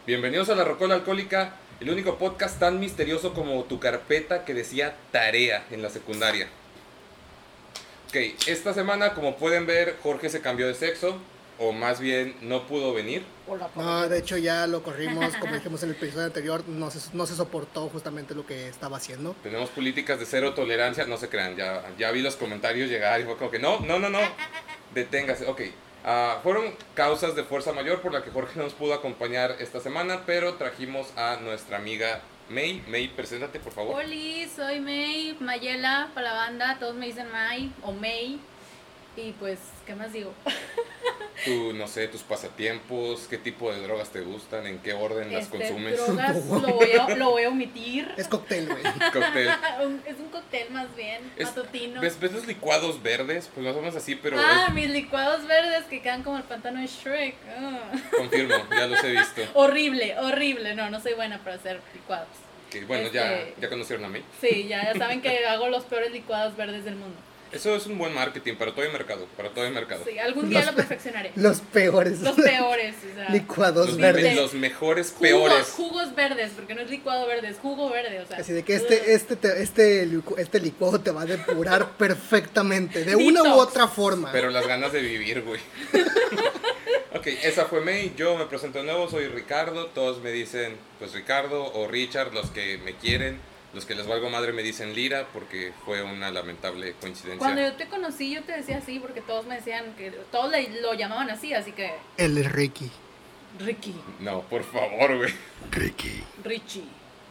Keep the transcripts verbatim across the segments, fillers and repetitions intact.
Bienvenidos a La Rocola Alcohólica, el único podcast tan misterioso como tu carpeta que decía tarea en la secundaria. Ok, esta semana, como pueden ver, Jorge se cambió de sexo, o más bien no pudo venir. No, de hecho ya lo corrimos, como dijimos en el episodio anterior, no se, no se soportó justamente lo que estaba haciendo. Tenemos políticas de cero tolerancia, no se crean, ya, ya vi los comentarios llegar y fue como que no, no, no, no, deténgase, ok. Uh, fueron causas de fuerza mayor por la que Jorge no nos pudo acompañar esta semana, pero trajimos a nuestra amiga May. May, preséntate por favor. Hola, soy May, Mayela para la banda, todos me dicen May o May. Y pues, ¿qué más digo? Tú, no sé, tus pasatiempos, qué tipo de drogas te gustan, en qué orden las este, consumes. Drogas lo voy, a, lo voy a omitir. Es cóctel, güey. Cóctel. Es un cóctel más bien, Es, matutino. ¿ves, ¿Ves los licuados verdes? Pues más o menos así, pero... Ah, es... mis licuados verdes que quedan como el pantano de Shrek. Ah. Confirmo, ya los he visto. Horrible, horrible. No, no soy buena para hacer licuados. Okay, bueno, este... ya, ya conocieron a mí. Sí, ya, ya saben que hago los peores licuados verdes del mundo. Eso es un buen marketing para todo el mercado, para todo el mercado. Sí, algún día los, lo perfeccionaré. Los peores. Los peores, o sea. Licuados los, verdes. Los mejores jugos, peores. Jugos verdes, porque no es licuado verde, es jugo verde, o sea. Así de que este, este, te, este, este licuado te va a depurar perfectamente, de una u otra forma. Pero las ganas de vivir, güey. Ok, esa fue May, yo me presento de nuevo, soy Ricardo, todos me dicen pues Ricardo o Richard, los que me quieren. Los que les valgo madre me dicen Lira porque fue una lamentable coincidencia. Cuando yo te conocí yo te decía así porque todos me decían que todos le, lo llamaban así, así que... Él es Ricky. Ricky. No, por favor, güey. Ricky. Richie.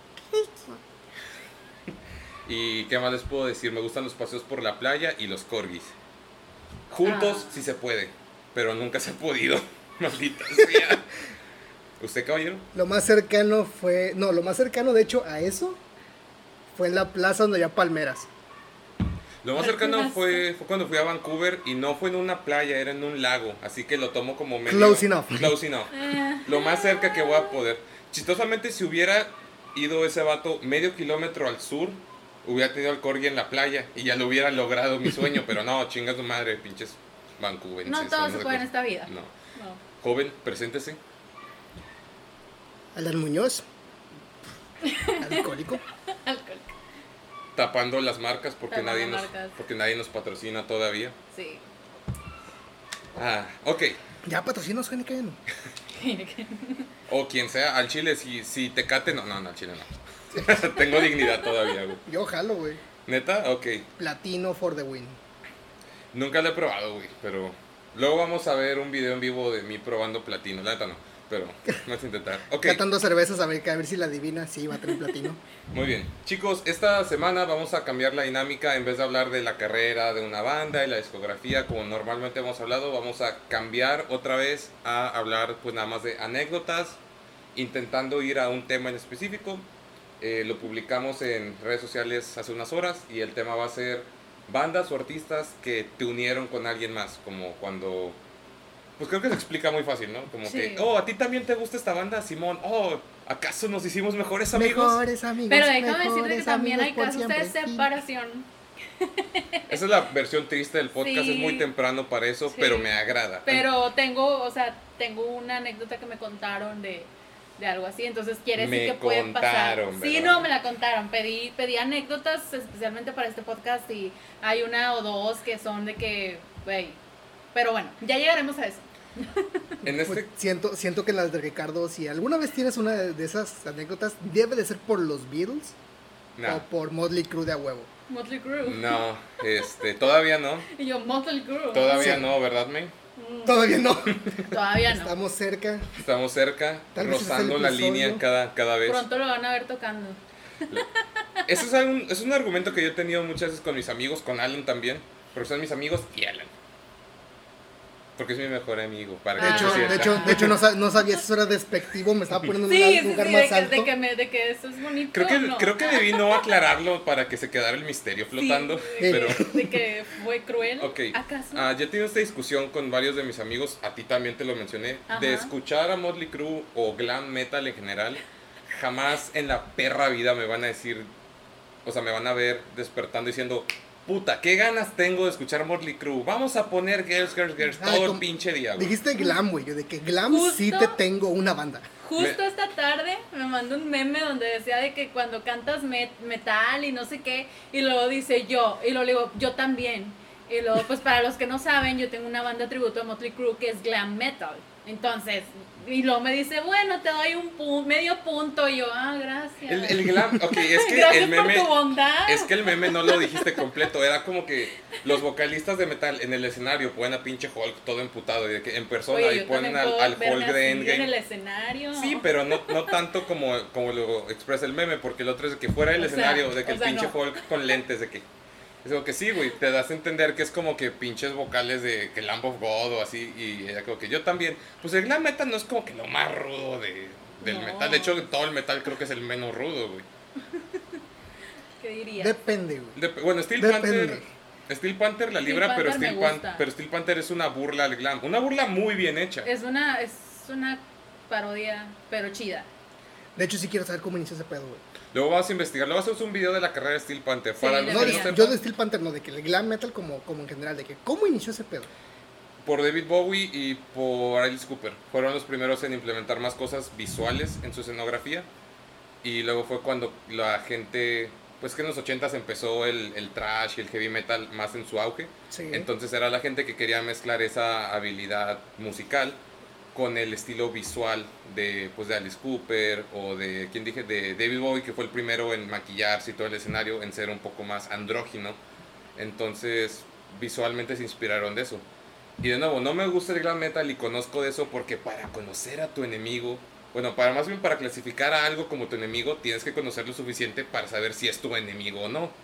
¿Y qué más les puedo decir? Me gustan los paseos por la playa y los corgis. Juntos ah. sí se puede, pero nunca se ha podido. Maldita sea. ¿Usted, caballero? Lo más cercano fue... No, lo más cercano de hecho a eso... Fue en la plaza donde había palmeras. Lo más cercano fue, fue cuando fui a Vancouver y no fue en una playa, era en un lago. Así que lo tomo como medio... Close enough. Close enough. Lo más cerca que voy a poder. Chistosamente, si hubiera ido ese vato medio kilómetro al sur, hubiera tenido al corgi en la playa y ya lo hubiera logrado mi sueño. Pero no, chinga su madre, pinches Vancouver. No todo se puede en esta vida. No. no. Joven, preséntese. Alan Muñoz. Alcohólico. Alcohólico. Tapando las marcas porque Tapando nadie nos marcas. porque nadie nos patrocina todavía. Sí. Ah, ok. Ya patrocinos Heineken. O quien sea, al chile si si Tecate no, no, no, al chile no. Tengo dignidad todavía, güey. Yo jalo, güey. ¿Neta? Ok. Platino for the win. Nunca lo he probado, güey, pero luego vamos a ver un video en vivo de mí probando platino. La neta no. Pero vamos a intentar. Okay. Catando cervezas a ver, a ver si la adivina. Sí, va a tener platino. Muy bien. Chicos, esta semana vamos a cambiar la dinámica. En vez de hablar de la carrera de una banda y la discografía, como normalmente hemos hablado, vamos a cambiar otra vez a hablar pues nada más de anécdotas, intentando ir a un tema en específico. Eh, lo publicamos en redes sociales hace unas horas y el tema va a ser bandas o artistas que te unieron con alguien más, como cuando... Pues creo que se explica muy fácil, ¿no? Como sí. que, oh, ¿a ti también te gusta esta banda, Simón? Oh, ¿acaso nos hicimos mejores amigos? Mejores amigos. Pero déjame decirte que también hay casos de separación. Esa es la versión triste del podcast, sí. Es muy temprano para eso, sí. Pero me agrada. Pero tengo, o sea, tengo una anécdota que me contaron de, de algo así, entonces quiere decir me que puede pasar. ¿Verdad? Sí, no, me la contaron. Pedí, pedí anécdotas especialmente para este podcast y hay una o dos que son de que, güey. Pero bueno, ya llegaremos a eso. En este... pues siento, siento que las de Ricardo, si alguna vez tienes una de esas anécdotas, debe de ser por los Beatles no. o por Motley Crue de a huevo. Motley Crue. No, este, todavía no. Y yo, Motley Crue. Todavía sí. no, ¿verdad, May? Mm. Todavía no. Todavía no. Estamos cerca. Estamos cerca, Tal rozando la línea cada, cada vez. Pronto lo van a ver tocando. Eso es, un, es un argumento que yo he tenido muchas veces con mis amigos, con Alan también, porque son mis amigos y Alan. Porque es mi mejor amigo. Para de, que hecho, de hecho, de hecho, no, no sabía si eso era despectivo, me estaba poniendo sí, en un lugar sí, más de que, alto. De que, me, de que eso es bonito. Creo que, no. creo que debí no aclararlo para que se quedara el misterio flotando. Sí, pero... de que fue cruel. Okay. ¿Acaso? Ah, ya he tenido esta discusión con varios de mis amigos, a ti también te lo mencioné, Ajá. de escuchar a Motley Crue o glam metal en general. Jamás en la perra vida me van a decir, o sea, me van a ver despertando diciendo, puta, qué ganas tengo de escuchar Motley Crue. Vamos a poner Girls, Girls, Girls Ah, todo el como- pinche día, güey. Dijiste glam, güey. Yo de que glam Justo- sí te tengo una banda. Justo Me- esta tarde me mandó un meme donde decía de que cuando cantas met- metal y no sé qué, y luego dice yo, y luego le digo, yo también. Y luego, pues para los que no saben, yo tengo una banda tributo a Motley Crue que es glam metal. Entonces, y luego me dice, bueno, te doy un pu- medio punto. Y yo, ah, gracias. El, el glam, ok, es que Gracias el meme... por tu bondad. Es que el meme no lo dijiste completo, era como que los vocalistas de metal en el escenario ponen a pinche Hulk todo emputado y de que en persona Oye, y yo ponen también al, puedo al verme Hulk de así en el Endgame. escenario. Sí, pero no, no tanto como, como lo expresa el meme, porque el otro es de que fuera del O sea, escenario, de que o el sea, pinche no. Hulk con lentes, de que... Es como que sí, güey, te das a entender que es como que pinches vocales de que Lamb of God o así, y era como que yo también. Pues el glam metal no es como que lo más rudo de, del No. metal, de hecho todo el metal creo que es el menos rudo, güey. ¿Qué dirías? Depende, güey. Dep- bueno, Steel Depende. Panther. Steel Panther la Steel libra, pero, Panther me Steel Pan- gusta. pero Steel Panther es una burla al glam. Una burla muy bien hecha. Es una, es una parodia, pero chida. De hecho, sí quiero saber cómo inició ese pedo, güey. Luego vamos a investigar. Luego hacemos un video de la carrera de Steel Panther. Sí, Para los No, que de- no debería. yo sepan, de Steel Panther no, de que el glam metal como, como en general, de que cómo inició ese pedo. por David Bowie y por Alice Cooper. Fueron los primeros en implementar más cosas visuales en su escenografía. Y luego fue cuando la gente... Pues que en los ochentas empezó el, el thrash y el heavy metal más en su auge. Sí. Entonces era la gente que quería mezclar esa habilidad musical con el estilo visual de, pues, de Alice Cooper o de, ¿quién dije? De David Bowie, que fue el primero en maquillarse y todo el escenario, en ser un poco más andrógino. Entonces, visualmente se inspiraron de eso. Y de nuevo, no me gusta el glam metal y conozco de eso porque para conocer a tu enemigo, bueno, para más bien para clasificar a algo como tu enemigo, tienes que conocer lo suficiente para saber si es tu enemigo o no.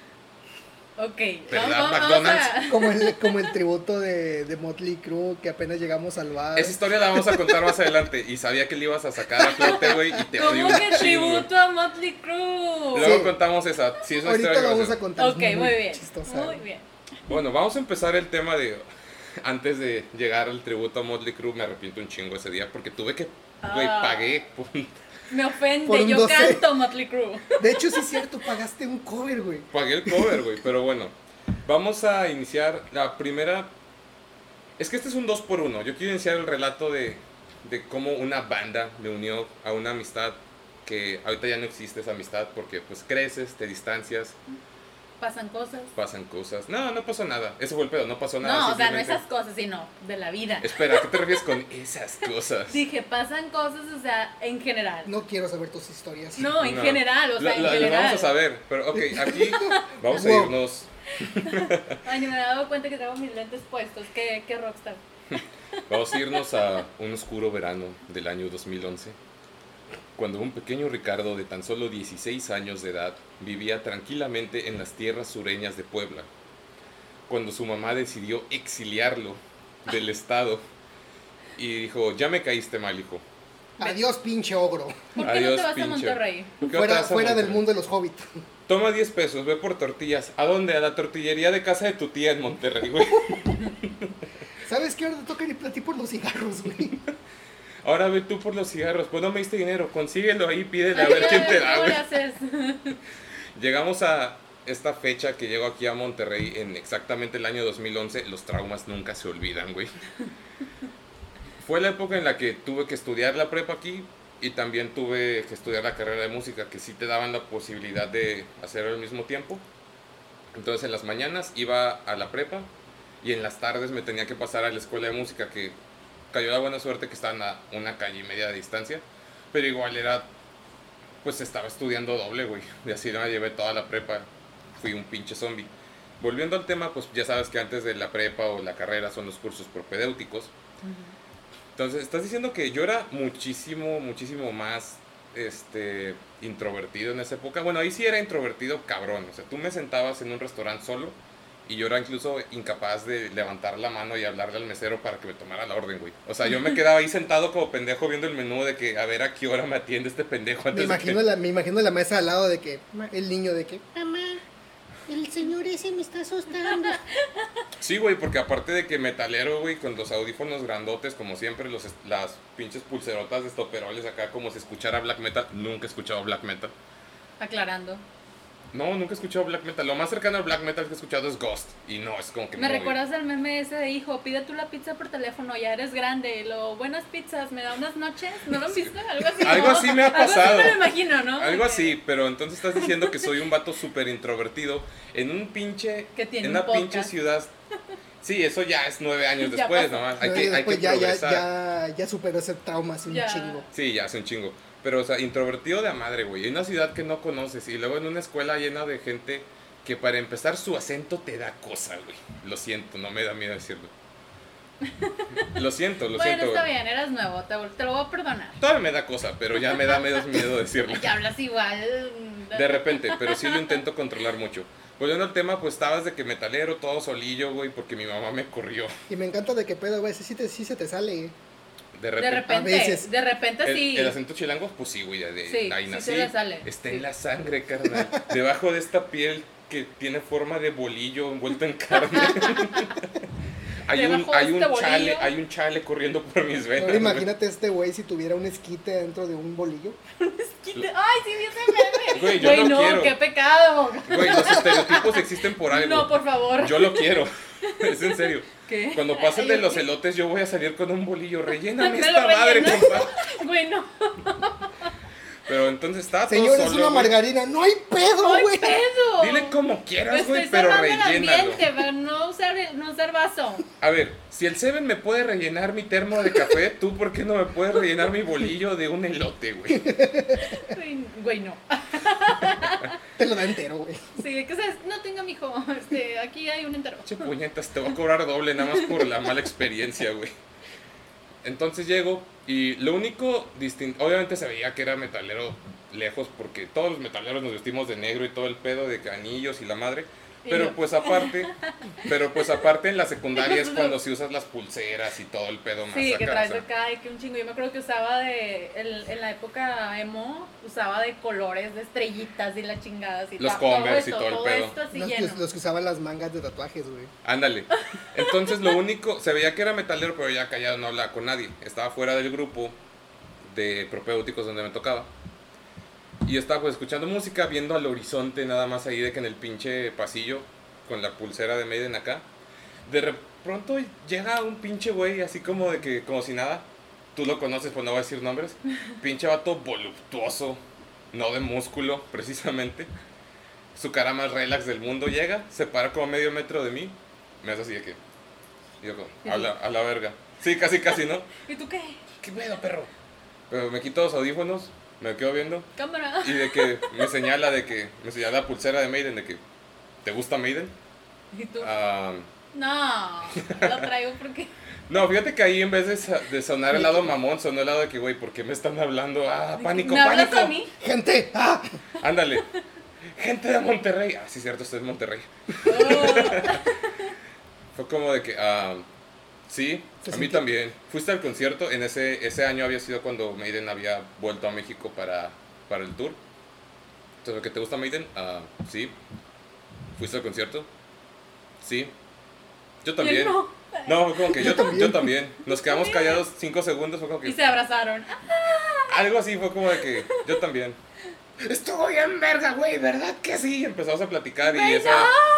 Ok, ¿Verdad, vamos, vamos McDonald's? a... Como el, como el tributo de, de Motley Crue que apenas llegamos al bar. Esa historia la vamos a contar más adelante. Y sabía que le ibas a sacar a flote, güey, y te odio ¿Cómo un que chingo. tributo a Motley Crue? Luego Sí. contamos esa. Sí, es una Ahorita historia lo vamos graciosa. a contar. Ok, muy bien, chistosa, muy güey. bien. Bueno, vamos a empezar el tema de... Antes de llegar al tributo a Motley Crue, me arrepiento un chingo ese día porque tuve que... Güey, Ah. pagué. Me Por ofende, un yo doce. canto Motley Crue. De hecho, sí es cierto, pagaste un cover, güey. Pagué el cover, güey. Pero bueno, vamos a iniciar la primera... Es que este es un dos por uno. Yo quiero iniciar el relato de, de cómo una banda me unió a una amistad que ahorita ya no existe esa amistad porque pues creces, te distancias, Pasan cosas. pasan cosas. No, no pasó nada. Ese fue el pedo, no pasó nada. No, o sea, no simplemente- esas cosas, sino de la vida. Espera, ¿a qué te refieres con esas cosas? Dije, pasan cosas, o sea, en general. No quiero saber tus historias. No, en No. general, o sea, La- en la- lo general. vamos a saber, pero ok, aquí vamos a Wow. irnos. Ay, ni me he dado cuenta que traigo mis lentes puestos. Qué, qué rockstar. Vamos a irnos a un oscuro verano del año dos mil once, cuando un pequeño Ricardo de tan solo dieciséis años de edad vivía tranquilamente en las tierras sureñas de Puebla, cuando su mamá decidió exiliarlo del estado y dijo, ya me caíste mal, hijo. Adiós, pinche ogro. ¿Por qué no Adiós, te vas pinche. a Monterrey? ¿Por qué no te Fuera, vas a fuera del Monterrey? mundo de los hobbits. Toma diez pesos, ve por tortillas. ¿A dónde? A la tortillería de casa de tu tía en Monterrey, güey. ¿Sabes qué? Ahora te toca ir a ti por los cigarros, güey. Ahora ve tú por los cigarros. Pues no me diste dinero, consíguelo ahí, pídele a Ay, ver quién te da, ¿cómo güey. le haces? Llegamos a esta fecha que llego aquí a Monterrey en exactamente el año dos mil once. Los traumas nunca se olvidan, güey. Fue la época en la que tuve que estudiar la prepa aquí y también tuve que estudiar la carrera de música, que sí te daban la posibilidad de hacerlo al mismo tiempo. Entonces en las mañanas iba a la prepa y en las tardes me tenía que pasar a la escuela de música, que cayó la buena suerte que estaban a una calle y media de distancia, pero igual era, pues estaba estudiando doble, güey, y así me llevé toda la prepa, fui un pinche zombie. Volviendo al tema, pues ya sabes que antes de la prepa o la carrera son los cursos propedéuticos. Entonces, estás diciendo que yo era muchísimo, muchísimo más este, introvertido en esa época. Bueno, ahí sí era introvertido cabrón. O sea, tú me sentabas en un restaurante solo y yo era incluso incapaz de levantar la mano y hablarle al mesero para que me tomara la orden, güey. O sea, yo me quedaba ahí sentado como pendejo viendo el menú de que a ver a qué hora me atiende este pendejo Me antes imagino, de que... la, me imagino la mesa al lado de que, el niño de que, mamá, el señor ese me está asustando. Sí, güey, porque aparte de que metalero, güey, con los audífonos grandotes, como siempre, los, las pinches pulserotas de estoperoles acá, como si escuchara black metal. Nunca he escuchado black metal. Aclarando. No, nunca he escuchado black metal. Lo más cercano al black metal que he escuchado es Ghost. Y no, es como que Me muy- recuerdas al meme ese de hijo, pide tú la pizza por teléfono, ya eres grande, lo buenas pizzas, me da unas noches, ¿no lo han visto? Algo así. Algo ¿no? así me ha Algo pasado. así me lo imagino, ¿no? Algo Porque- así, pero entonces estás diciendo que soy un vato súper introvertido en un pinche... Que tiene en un una pinche podcast. ciudad... Sí, eso ya es nueve años Ya después, pasó. ¿no? Hay No, que, y hay después que ya, ya, progresar. ya, ya superó ese trauma hace un Ya. chingo. Sí, ya hace un chingo. Pero, o sea, introvertido de a madre, güey. En una ciudad que no conoces y luego en una escuela llena de gente que para empezar su acento te da cosa, güey. Lo siento, no me da miedo decirlo. Lo siento, lo Bueno, siento. está güey. bien, eras nuevo, te, te lo voy a perdonar. Todavía me da cosa, pero ya me da menos miedo decirlo. Ya hablas igual. De repente, pero sí lo intento controlar mucho. Volviendo al tema, pues estabas de que metalero, todo solillo, güey, porque mi mamá me corrió. Y me encanta de que pedo, güey, sí, te, sí se te sale. De De repente. repente, veces. de repente El, sí. el acento chilango, pues sí, güey, de, Sí, ahí sí nací. se le sale, Está sí. en la sangre, carnal. Debajo de esta piel que tiene forma de bolillo envuelto en carne. hay un, Debajo de hay un este chale, bolillo. hay un chale corriendo por mis venas. Ahora güey. imagínate este güey si tuviera un esquite dentro de un bolillo. Quite- Ay, sí, vi ese meme. Güey, yo Güey, lo no, quiero. qué pecado. Güey, los estereotipos existen por algo. No, por favor. Yo lo quiero. Es en serio. ¿Qué? Cuando pasen de Ay, los ¿qué? elotes, yo voy a salir con un bolillo. Relléname ¿Me lo esta madre, rellenas? compa. Güey, no. Pero entonces está todo Señor, es solo, una güey. margarina. No hay pedo, ¡Ay, güey. pedo! Dile como quieras, Estoy güey, pero salvando el rellénalo. ambiente, pero no usar, no usar vaso. A ver, si el Seven me puede rellenar mi termo de café, ¿tú por qué no me puedes rellenar mi bolillo de un elote, güey? Güey, güey, no. Te lo da entero, güey. Sí, ¿qué sabes? No tenga, mijo. Este, aquí hay un entero. Che puñetas, te voy a cobrar doble nada más por la mala experiencia, güey. Entonces llego y lo único distinto, obviamente se veía que era metalero lejos porque todos los metaleros nos vestimos de negro y todo el pedo de anillos y la madre. Y Pero yo. pues aparte, pero pues aparte en la secundaria es cuando si usas las pulseras y todo el pedo más Sí, que acá, traes o sea. acá y que un chingo. Yo me acuerdo que usaba de, el- en la época emo, usaba de colores, de estrellitas y la chingada. Así, Los ta- todo Converse y esto, todo el todo pedo. esto así Los, lleno. los- los que usaban las mangas de tatuajes, güey. Ándale. Entonces lo único, se veía que era metalero, pero ya callado, no hablaba con nadie. Estaba fuera del grupo de propéuticos donde me tocaba. Y estaba pues escuchando música, viendo al horizonte nada más ahí de que en el pinche pasillo, con la pulsera de Maiden acá. De re- pronto llega un pinche güey así como de que, como si nada. Tú lo conoces, pues no voy a decir nombres. Pinche vato voluptuoso, no de músculo, precisamente. Su cara más relax del mundo llega, se para como a medio metro de mí. Me hace así de que. Y yo como, a la, a la verga. Sí, casi, casi, ¿no? ¿Y tú qué? ¿Qué pedo, perro? Pero me quito los audífonos, me quedo viendo. Cámara. Y de que me señala de que. Me señala la pulsera de Maiden, de que. ¿Te gusta Maiden? ¿Y tú? Ah, No, lo traigo porque... no, fíjate que ahí en vez de, sa- de sonar el lado mamón, sonó el lado de que, güey, ¿por qué me están hablando? Ah, pánico, ¿Me hablas pánico. a mí? ¡Gente! ¡Ah! Ándale. Gente de Monterrey. Ah, sí, cierto, estoy en Monterrey. Oh. Fue como de que, ah, sí, Se a mí sintió- también. Fuiste al concierto, en ese, ese año había sido cuando Maiden había vuelto a México para, para el tour. Entonces, ¿qué te gusta Maiden? Ah, sí. ¿Fuiste al concierto? Sí. Yo también. Yo no. No, fue como que yo, Yo también. yo también. Nos quedamos callados cinco segundos, fue como Y que... se abrazaron. Algo así, fue como de que yo también. Estuvo bien verga, güey, ¿verdad que sí? Empezamos a platicar y Güey, esa...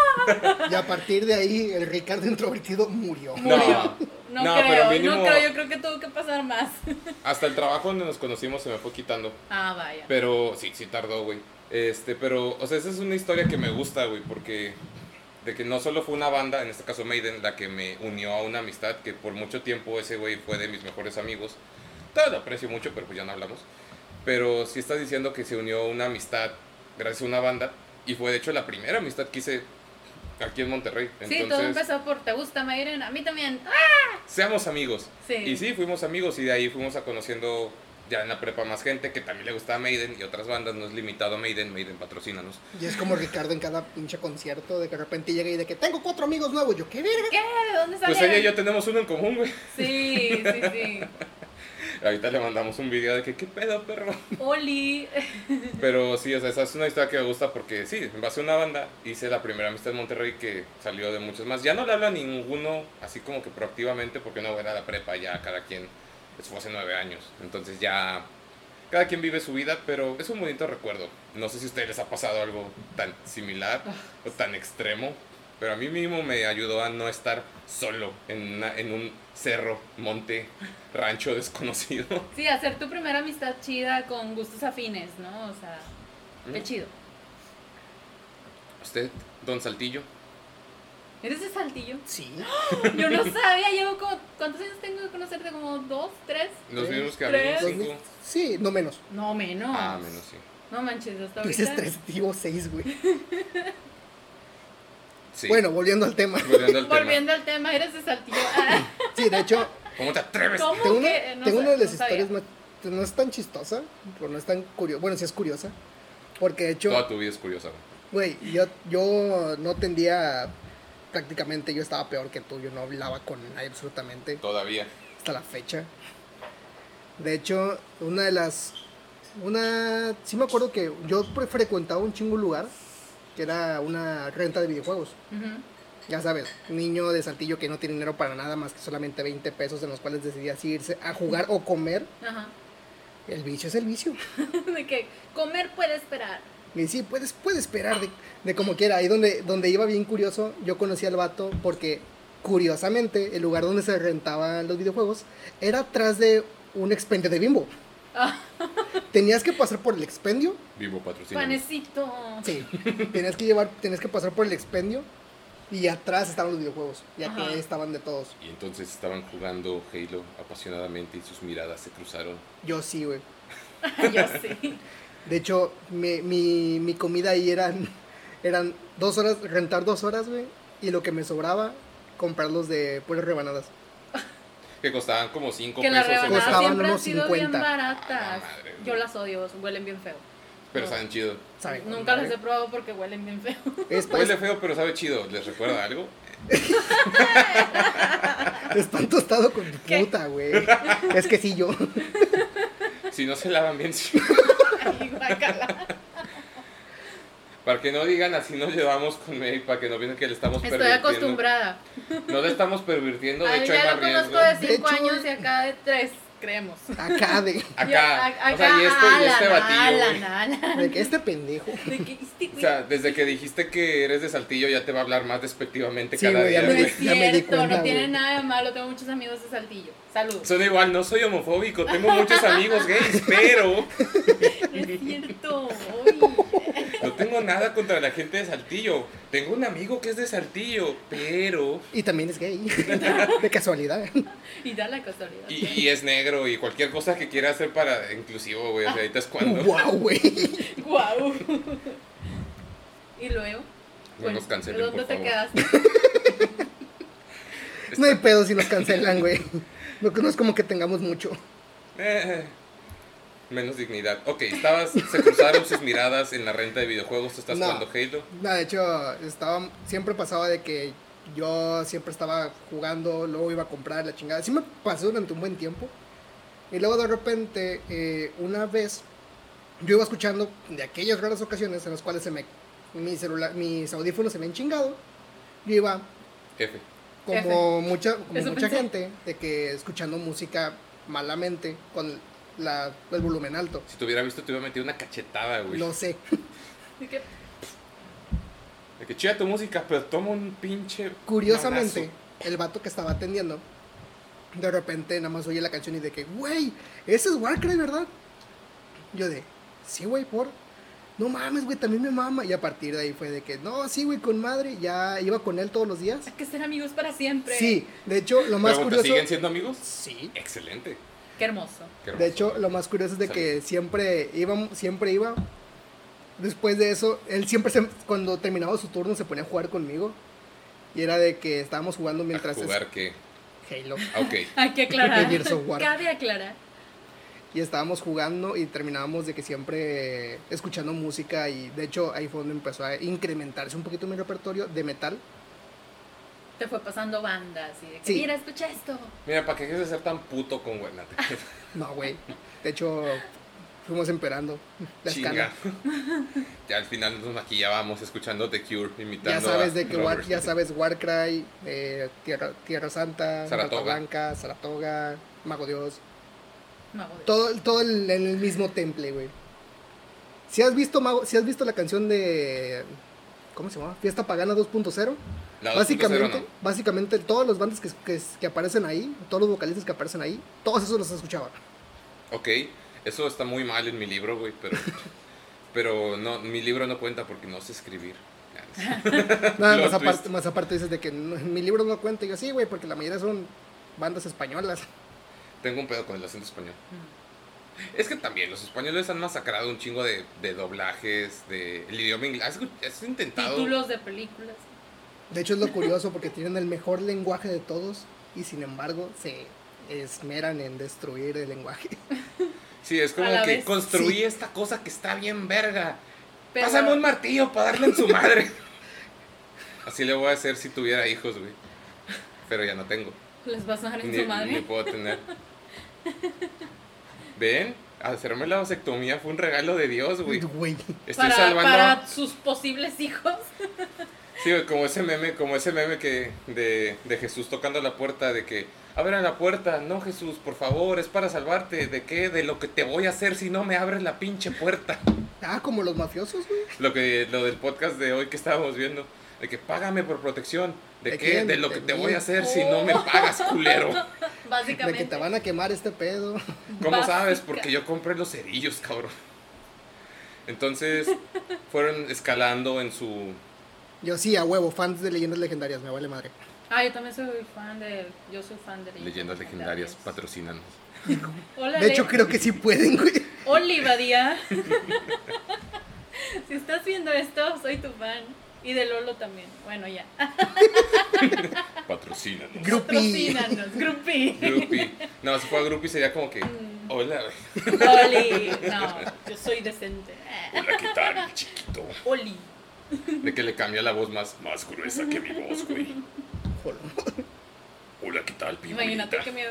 Y a partir de ahí, el Ricardo introvertido murió. No, Murió. No, no, creo, pero mínimo- no creo, yo creo que tuvo que pasar más. Hasta el trabajo donde nos conocimos se me fue quitando. Ah, vaya. Pero sí, sí tardó, güey. Este, pero, o sea, esa es una historia que me gusta, güey, porque de que no solo fue una banda, en este caso Maiden, la que me unió a una amistad, que por mucho tiempo ese güey fue de mis mejores amigos. Todavía lo aprecio mucho, pero pues ya no hablamos. Pero sí estás diciendo que se unió una amistad gracias a una banda, y fue de hecho la primera amistad que hice aquí en Monterrey. Sí, todo empezó por ¿te gusta Maiden? A mí también. ¡Ah! Seamos amigos. Sí. Y sí, fuimos amigos y de ahí fuimos a conociendo ya en la prepa más gente que también le gustaba Maiden y otras bandas, no es limitado a Maiden, Maiden patrocínanos. Y es como Ricardo en cada pinche concierto, de que de repente llega y de que tengo cuatro amigos nuevos. Yo, ¿qué verga? ¿Qué? ¿De dónde Pues salieron? ella y yo tenemos uno en común, güey. Sí, sí, sí. Ahorita le mandamos un video de que, ¿qué pedo, perro? Oli. Pero sí, o sea, esa es una historia que me gusta porque sí, en base a una banda hice la primera amistad en Monterrey que salió de muchos más. Ya no le hablo a ninguno así como que proactivamente porque no era la prepa, ya cada quien, eso fue hace nueve años. Entonces ya, cada quien vive su vida, pero es un bonito recuerdo. No sé si a ustedes les ha pasado algo tan similar o tan extremo, pero a mí mismo me ayudó a no estar solo en, una, en un cerro, monte, rancho desconocido. Sí, hacer tu primera amistad chida con gustos afines, ¿no? O sea, qué Mm. chido. ¿Usted, don Saltillo? ¿Eres de Saltillo? Sí. Yo no sabía, llevo como, ¿cuántos años tengo de conocerte? ¿Como dos, tres? Los Tres, mismos que a mí, tres. cinco. Sí, no menos. No, menos. Ah, menos sí. No manches, hasta Tú ahorita. dices tres, digo seis, güey. Sí. Bueno, volviendo al tema. volviendo al tema. Volviendo al tema, eres de Saltillo. Ah, Sí, de hecho, ¿Cómo te atreves? ¿Cómo tengo una, que? No tengo sé, una de las no sabía. historias más... No es tan chistosa, pero no es tan curiosa. Bueno, sí es curiosa. Porque de hecho, Toda tu vida es curiosa. güey, yo, yo no tendía... Prácticamente yo estaba peor que tú. Yo no hablaba con nadie absolutamente. Todavía. Hasta la fecha. De hecho, una de las... Una... Sí me acuerdo que yo pre- frecuentaba un chingo lugar que era una renta de videojuegos. Ujú. Ya sabes, niño de Saltillo que no tiene dinero para nada más que solamente veinte pesos en los cuales decidía así irse a jugar o comer. Ajá. El vicio es el vicio. De que comer puede esperar. Y sí, puedes, puedes esperar de, de como quiera. Ahí donde, donde iba bien curioso, yo conocí al vato porque, curiosamente, el lugar donde se rentaban los videojuegos era atrás de un expendio de Bimbo. Ah. Tenías que pasar por el expendio. Vivo patrocinio. Panecito. Sí, tenías que llevar, tenías que pasar por el expendio. Y atrás estaban los videojuegos, ya Ajá. que estaban de todos. Y entonces estaban jugando Halo apasionadamente y sus miradas se cruzaron. Yo sí, güey. Yo sí. De hecho, mi, mi, mi comida ahí eran, eran dos horas, rentar dos horas, güey. Y lo que me sobraba, comprarlos de puras rebanadas. Que costaban como cinco Que las pesos. en rebanadas Costaban esa- siempre han unos sido cincuenta. bien baratas. Ah, madre, Yo güey. las odio, huelen bien feo. Pero No. saben chido. ¿Saben? Nunca las he probado porque huelen bien feo. Es, pa- Huele feo, pero sabe chido. ¿Les recuerda algo? es pan tostado con ¿Qué? puta, güey. Es que sí, yo. Si no se lavan bien, sí. Ay, guácala. Para que no digan así nos llevamos con May, para que no piensen que le estamos Estoy pervirtiendo. acostumbrada. No le estamos pervirtiendo, de Ay, hecho hay ya más lo riesgo. conozco de De cinco hecho, años y acá de tres, creemos. Acá de, Acá, Ya, a- o sea, y este, y este Alan, batillo, Alan, güey. Alan. de que este pendejo. De que este O güey- sea, desde que dijiste que eres de Saltillo ya te va a hablar más despectivamente Sí, cada güey, ya día, No me- güey. es ya me di cierto, cuenta, no tiene güey. nada de malo, tengo muchos amigos de Saltillo. Saludos. Son igual, no soy homofóbico, tengo muchos amigos gays, pero No es cierto. Uy. no tengo nada contra la gente de Saltillo. Tengo un amigo que es de Saltillo, pero... Y también es gay. De casualidad. Y da la casualidad. Y, y es negro y cualquier cosa que quiera hacer para inclusivo, güey. O sea, ahorita es cuando... Wow, güey. Guau. Y luego. No nos cancelen, ¿Dónde por te favor. quedaste? No hay pedo si nos cancelan, güey. No, no es como que tengamos mucho. Eh, menos dignidad. Ok, estabas... Se cruzaron sus miradas en la renta de videojuegos. Tú estás No. jugando Halo. No, de hecho, estaba, siempre pasaba de que yo siempre estaba jugando, luego iba a comprar la chingada. Sí me pasó durante un buen tiempo. Y luego de repente, eh, una vez, yo iba escuchando de aquellas raras ocasiones en las cuales se me, mi celular, mis audífonos se me han chingado. Yo iba F. como mucha, como Eso mucha pensé. gente, de que escuchando música malamente con la, el volumen alto. Si te hubiera visto, te hubiera metido una cachetada, güey. No sé. ¿De qué? De que chida tu música, pero toma un pinche... Curiosamente, manazo. el vato que estaba atendiendo, de repente nada más oye la canción y de que, güey, ese es Warcry, ¿verdad? Yo de, sí, güey, por... No mames, güey, también me mama. Y a partir de ahí fue de que, no, sí, güey, con madre, ya iba con él todos los días. Hay que ser amigos para siempre. Sí, de hecho, lo más Pregunta, curioso... ¿siguen siendo amigos? Sí. Excelente. Qué hermoso. Qué hermoso. De hecho, lo más curioso es de que siempre iba, siempre iba. Después de eso, él siempre, se, cuando terminaba su turno, se ponía a jugar conmigo. Y era de que estábamos jugando mientras... ¿A jugar qué? es- Halo. Ah, ok. Hay que aclarar. De Gears of War. Cabe aclarar. Y estábamos jugando y terminábamos de que siempre eh, escuchando música. Y de hecho, ahí fue donde empezó a incrementarse un poquito mi repertorio de metal. Te fue pasando bandas y de que, Sí. mira, escucha esto. Mira, ¿para qué quieres ser tan puto con güey? Nate? No, güey. De hecho, fuimos emperando la Chinga. escala. Ya al final nos maquillábamos escuchando The Cure, imitando Ya sabes a de que War- Robert. ya sabes Warcry, eh, Tierra, Tierra Santa, Saratoga. Carta Blanca, Saratoga, Mago Dios. Mago de Oz. Todo, todo en el mismo temple, güey. Si has visto Mago, si has visto la canción de ¿cómo se llama? Fiesta Pagana dos punto cero. La dos punto cero, Básicamente, ¿no? básicamente todos los bandas que, que, que aparecen ahí, todos los vocalistas que aparecen ahí, todos esos los escuchaba. Ok, eso está muy mal en mi libro, güey, pero... pero no, mi libro no cuenta porque no sé escribir. Nada Plot más twist. aparte, más aparte dices de que no- en mi libro no cuenta. Y yo, sí, güey, porque la mayoría son bandas españolas. Tengo un pedo con el acento español. Mm. Es que también los españoles han masacrado un chingo de, de doblajes, de el idioma inglés. ¿Has, escu- has intentado? Títulos de películas. De hecho, es lo curioso porque tienen el mejor lenguaje de todos y sin embargo se esmeran en destruir el lenguaje. Sí, es como A la que vez. construí Sí. esta cosa que está bien verga. Pero- Pásame un martillo para darle en su madre. Así le voy a hacer si tuviera hijos, güey. Pero ya no tengo. Les vas a dar en Ni, su ni madre. puedo tener. ¿Ven? Hacerme la vasectomía fue un regalo de Dios, güey. Güey. Estoy Para, salvando. para sus posibles hijos. Sí, güey, como ese meme, como ese meme que de, de Jesús tocando la puerta, de que abran la puerta, no Jesús, por favor, es para salvarte. ¿De qué? De lo que te voy a hacer si no me abres la pinche puerta. Ah, como los mafiosos, güey. Lo que, lo del podcast de hoy que estábamos viendo, de que págame por protección. ¿De, ¿De qué? quién? De lo De que te mí. voy a hacer si no me pagas, culero. De Básicamente. que te van a quemar este pedo. ¿Cómo Básica. sabes? Porque yo compré los cerillos, cabrón. Entonces, fueron escalando en su... Yo sí, a huevo, fans de leyendas legendarias, me vale madre. Ah, yo también soy fan de. Yo soy fan de Leyendas legendarias, patrocínanos. Hola, De hecho, Le- creo que sí pueden, güey. Olivadía. Si estás viendo esto, soy tu fan. Y de Lolo también. Bueno, ya. Patrocínanos. Grupi. Patrocínanos, Grupi. Groupie. No, si fuera Groupie sería como que... Mm. Hola, güey. Oli. No, yo soy decente. Hola, ¿qué tal, chiquito? Oli. De que le cambia la voz más, más gruesa que mi voz, güey. Joder. Hola, ¿qué tal, Imagínate pingüinita? qué miedo.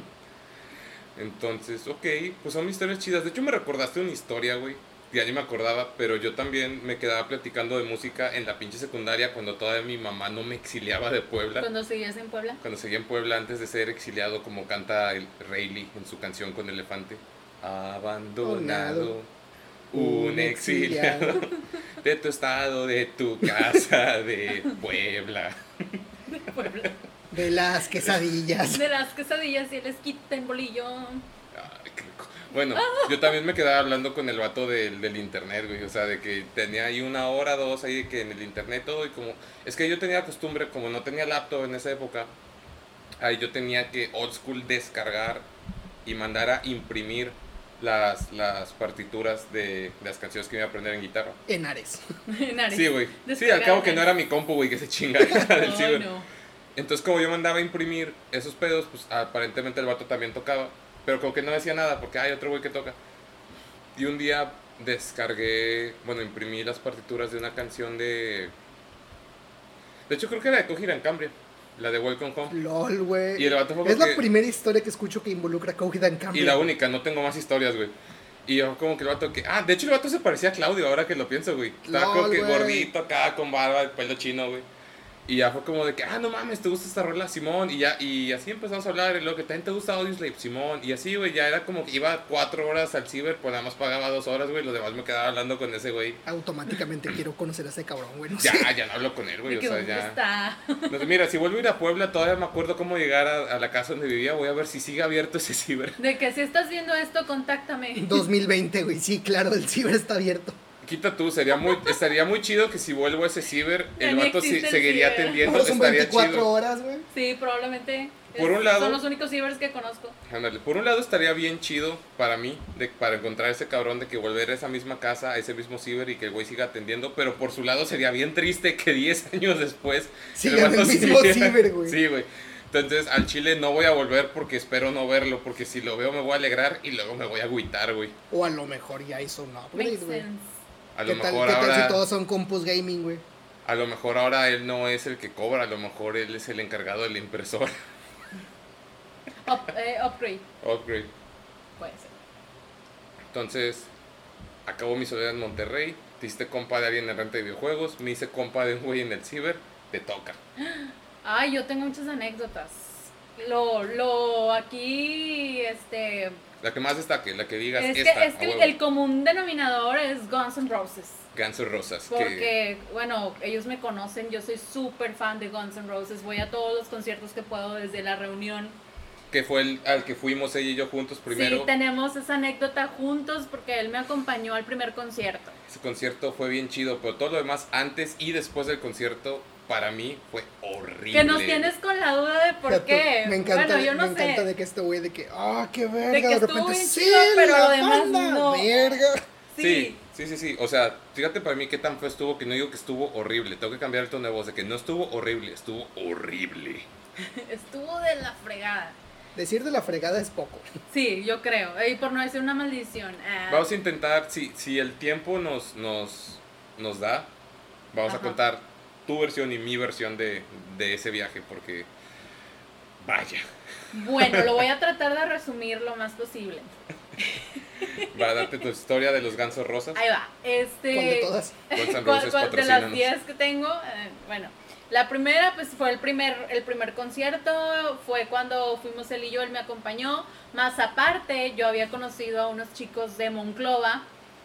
Entonces, ok, pues son historias chidas. De hecho, me recordaste una historia, güey. Ya ni me acordaba, pero yo también me quedaba platicando de música en la pinche secundaria cuando todavía mi mamá no me exiliaba de Puebla. Cuando seguías en Puebla. Cuando seguía en Puebla antes de ser exiliado, como canta el Rayleigh en su canción con Elefante. Abandonado, un exiliado de tu estado, de tu casa, de Puebla. De Puebla. De las quesadillas. De las quesadillas y el esquite en bolillo. Ay, qué rico. Bueno, yo también me quedaba hablando con el vato del, del internet, güey. O sea, de que tenía ahí una hora, dos ahí de que en el internet todo. Y como, es que yo tenía costumbre, como no tenía laptop en esa época, ahí yo tenía que old school descargar y mandar a imprimir las, las partituras de, de las canciones que iba a aprender en guitarra. En Ares. En Ares. Sí, güey. Sí, Descargar al cabo que Ares. no era mi compu, güey, que se chinga del Ay, ciber. no. Entonces, como yo mandaba a imprimir esos pedos, pues aparentemente el vato también tocaba. Pero como que no decía nada, porque hay otro güey que toca. Y un día descargué, bueno, imprimí las partituras de una canción de... De hecho, creo que era de Coheed and Cambria, la de Welcome Home. LOL, güey. Y el vato fue como Es la que- primera historia que escucho que involucra a Coheed and Y Cambria. la única, no tengo más historias, güey. Y yo como que el vato que... Ah, de hecho el vato se parecía a Claudio, ahora que lo pienso, güey. Estaba como Lol, que güey. gordito acá, con barba, el pelo chino, güey. Y ya fue como de que, ah, no mames, ¿te gusta esta rola, Simón? Y ya, y así empezamos a hablar, y luego que también te gusta Audioslave, Simón. Y así, güey, ya era como que iba cuatro horas al ciber, pues nada más pagaba dos horas, güey. Los demás me quedaba hablando con ese güey. Automáticamente quiero conocer a ese cabrón, güey. No Ya, sé. ya no hablo con él, güey, De o que sea, dónde ya... está. No sé, mira, si vuelvo a ir a Puebla, todavía me acuerdo cómo llegar a, a la casa donde vivía. Voy a ver si sigue abierto ese ciber. De que si estás viendo esto, contáctame. dos mil veinte, güey. Sí, claro, el ciber está abierto. Quita tú, sería muy, estaría muy chido que si vuelvo a ese ciber, Ya el ni vato sí- existe el seguiría ciber. atendiendo, Ahora son estaría veinticuatro chido. horas, güey. Sí, probablemente. Por Es- un lado- Son los únicos cibers que conozco. Ándale, por un lado estaría bien chido para mí, de, para encontrar ese cabrón de que volver a esa misma casa, a ese mismo ciber y que el güey siga atendiendo, pero por su lado sería bien triste que diez años después Siga en el mismo siguiera- ciber, güey. Sí, güey. Entonces al Chile no voy a volver porque espero no verlo, porque si lo veo me voy a alegrar y luego me voy a agüitar, güey. O a lo mejor ya hizo un upgrade, Makes güey. sense. A ¿Qué lo tal, mejor qué tal ahora... si todos son compus gaming, güey? A lo mejor ahora él no es el que cobra, a lo mejor él es el encargado del impresor. Up- eh, upgrade. Upgrade. Puede ser. Entonces, acabó mi soledad en Monterrey. Te hiciste compa de alguien en renta de videojuegos. Me hice compa de un güey en el ciber. Te toca. Ay, yo tengo muchas anécdotas. Lo, lo, aquí, este, La que más destaque, la que digas Es esta. que, es a que huevo. el común denominador es Guns N' Roses. Guns N' Roses. Porque, Que, bueno, ellos me conocen, yo soy súper fan de Guns N' Roses, voy a todos los conciertos que puedo desde la reunión. que fue el al que fuimos ella y yo juntos primero. Sí, tenemos esa anécdota juntos porque él me acompañó al primer concierto. Ese concierto fue bien chido, pero todo lo demás antes y después del concierto para mí fue horrible. Que nos tienes con la duda de por Fíjate, qué. Me encanta, bueno, yo no me sé. encanta de que este güey de que, ah, qué verga, De que de, estuvo repente, bien sí, chido, pero la lo demás banda, no. verga. Sí. Sí, sí, sí, sí. O sea, fíjate para mí qué tan feo estuvo que no digo que estuvo horrible. Tengo que cambiar el tono de voz de que no estuvo horrible, estuvo horrible. Estuvo de la fregada. Decir de la fregada es poco. Sí, yo creo. Y por no decir una maldición. ah, Vamos a intentar, si, si el tiempo nos, nos, nos da, vamos Ajá. a contar tu versión y mi versión de, de ese viaje, porque vaya, Bueno, lo voy a tratar de resumir lo más posible. va a darte tu historia de los gansos rosas. Ahí va. Este. Con de todas. Guns N' ¿Cuál- Roses, cuál de las patrocínanos. diez que tengo, eh, bueno, la primera pues fue el primer, el primer concierto, fue cuando fuimos él y yo, él me acompañó, más aparte yo había conocido a unos chicos de Monclova,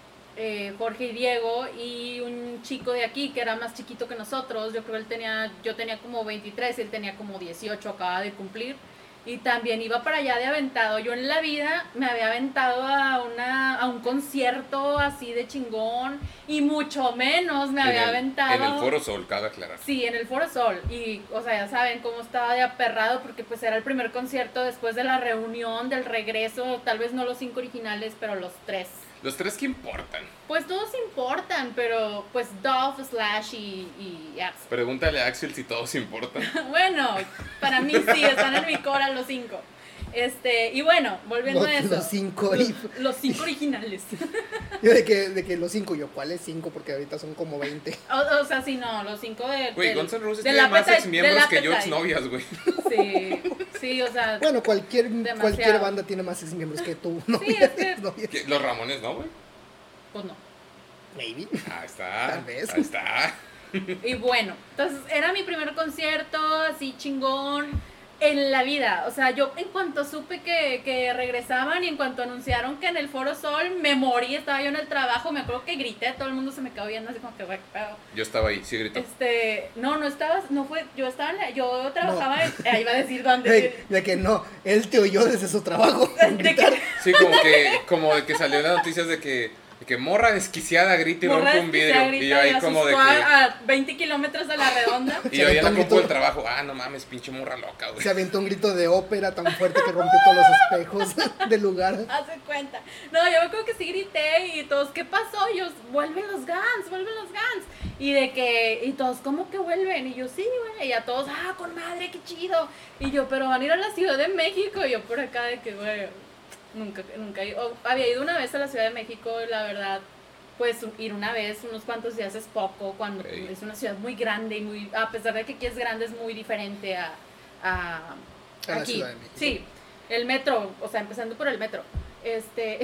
eh, Jorge y Diego, y un chico de aquí que era más chiquito que nosotros, yo creo que él tenía, yo tenía como veintitrés y él tenía como dieciocho, acaba de cumplir. Y también iba para allá de aventado. Yo en la vida me había aventado a una a un concierto así de chingón. Y mucho menos me En había el- aventado. En el Foro Sol, cabe aclarar. Sí, en el Foro Sol. Y, o sea, ya saben cómo estaba de aperrado. Porque pues era el primer concierto después de la reunión, del regreso. Tal vez no los cinco originales, pero los tres. Los tres que importan. Pues todos importan, pero pues Dolph, Slash y, y Axl. Pregúntale a Axel si todos importan. Bueno, para mí sí, están en mi cora los cinco. Este, y bueno, volviendo Los- a eso. los cinco Los, y- los cinco originales. Yo de que, de que los cinco, yo, ¿cuáles cinco? Porque ahorita son como veinte. O, o sea, sí, no, los cinco de. Güey, del- Guns N' Roses del tiene más Appetite- ex miembros del que yo Appetite. exnovias, güey. Sí, sí, o sea. Bueno, cualquier, Demasiado. cualquier banda tiene más miembros que tú. ¿no? Sí, es que- ¿Qué? Los Ramones, ¿no, güey? Pues no. Maybe. Ahí está. Tal vez. Ahí está. Y bueno, entonces era mi primer concierto, así chingón, en la vida. O sea, yo en cuanto supe que, que regresaban y en cuanto anunciaron que en el Foro Sol, me morí, estaba yo en el trabajo, me acuerdo que grité, todo el mundo se me quedó viendo así como que, güey, qué pedo. Yo estaba ahí, sí gritó. Este, no, no estabas, no fue, yo estaba en la- yo trabajaba, en, ahí iba a decir dónde. Ey, de que no, él te oyó desde su trabajo. De que- Sí, como que, como de que salió en las noticias de que, de que morra desquiciada grita y Morra rompe un desquiciada vidrio. grita Y yo ahí y como de asustó que. a, a veinte kilómetros a la redonda. Y yo ahí en la Se aventó un compu del grito. trabajo. Ah, no mames, pinche morra loca, güey. Se aventó un grito de ópera tan fuerte que rompió todos los espejos del lugar. Hace cuenta. No, yo me acuerdo que sí grité y todos, ¿qué pasó? Y yo, vuelven los Guns, vuelven los Guns. Y de que, y todos, ¿cómo que vuelven? Y yo, sí, güey. Y a todos, ah, con madre, qué chido. Y yo, pero van a ir a la Ciudad de México. Y yo por acá de que, güey, nunca, nunca, he ido- o, había ido una vez a la Ciudad de México y la verdad, pues ir una vez, unos cuantos días es poco, cuando Ey. es una ciudad muy grande y muy, a pesar de que aquí es grande, es muy diferente a, a, A la aquí. Ciudad de México. Sí, el metro, o sea, empezando por el metro. Este,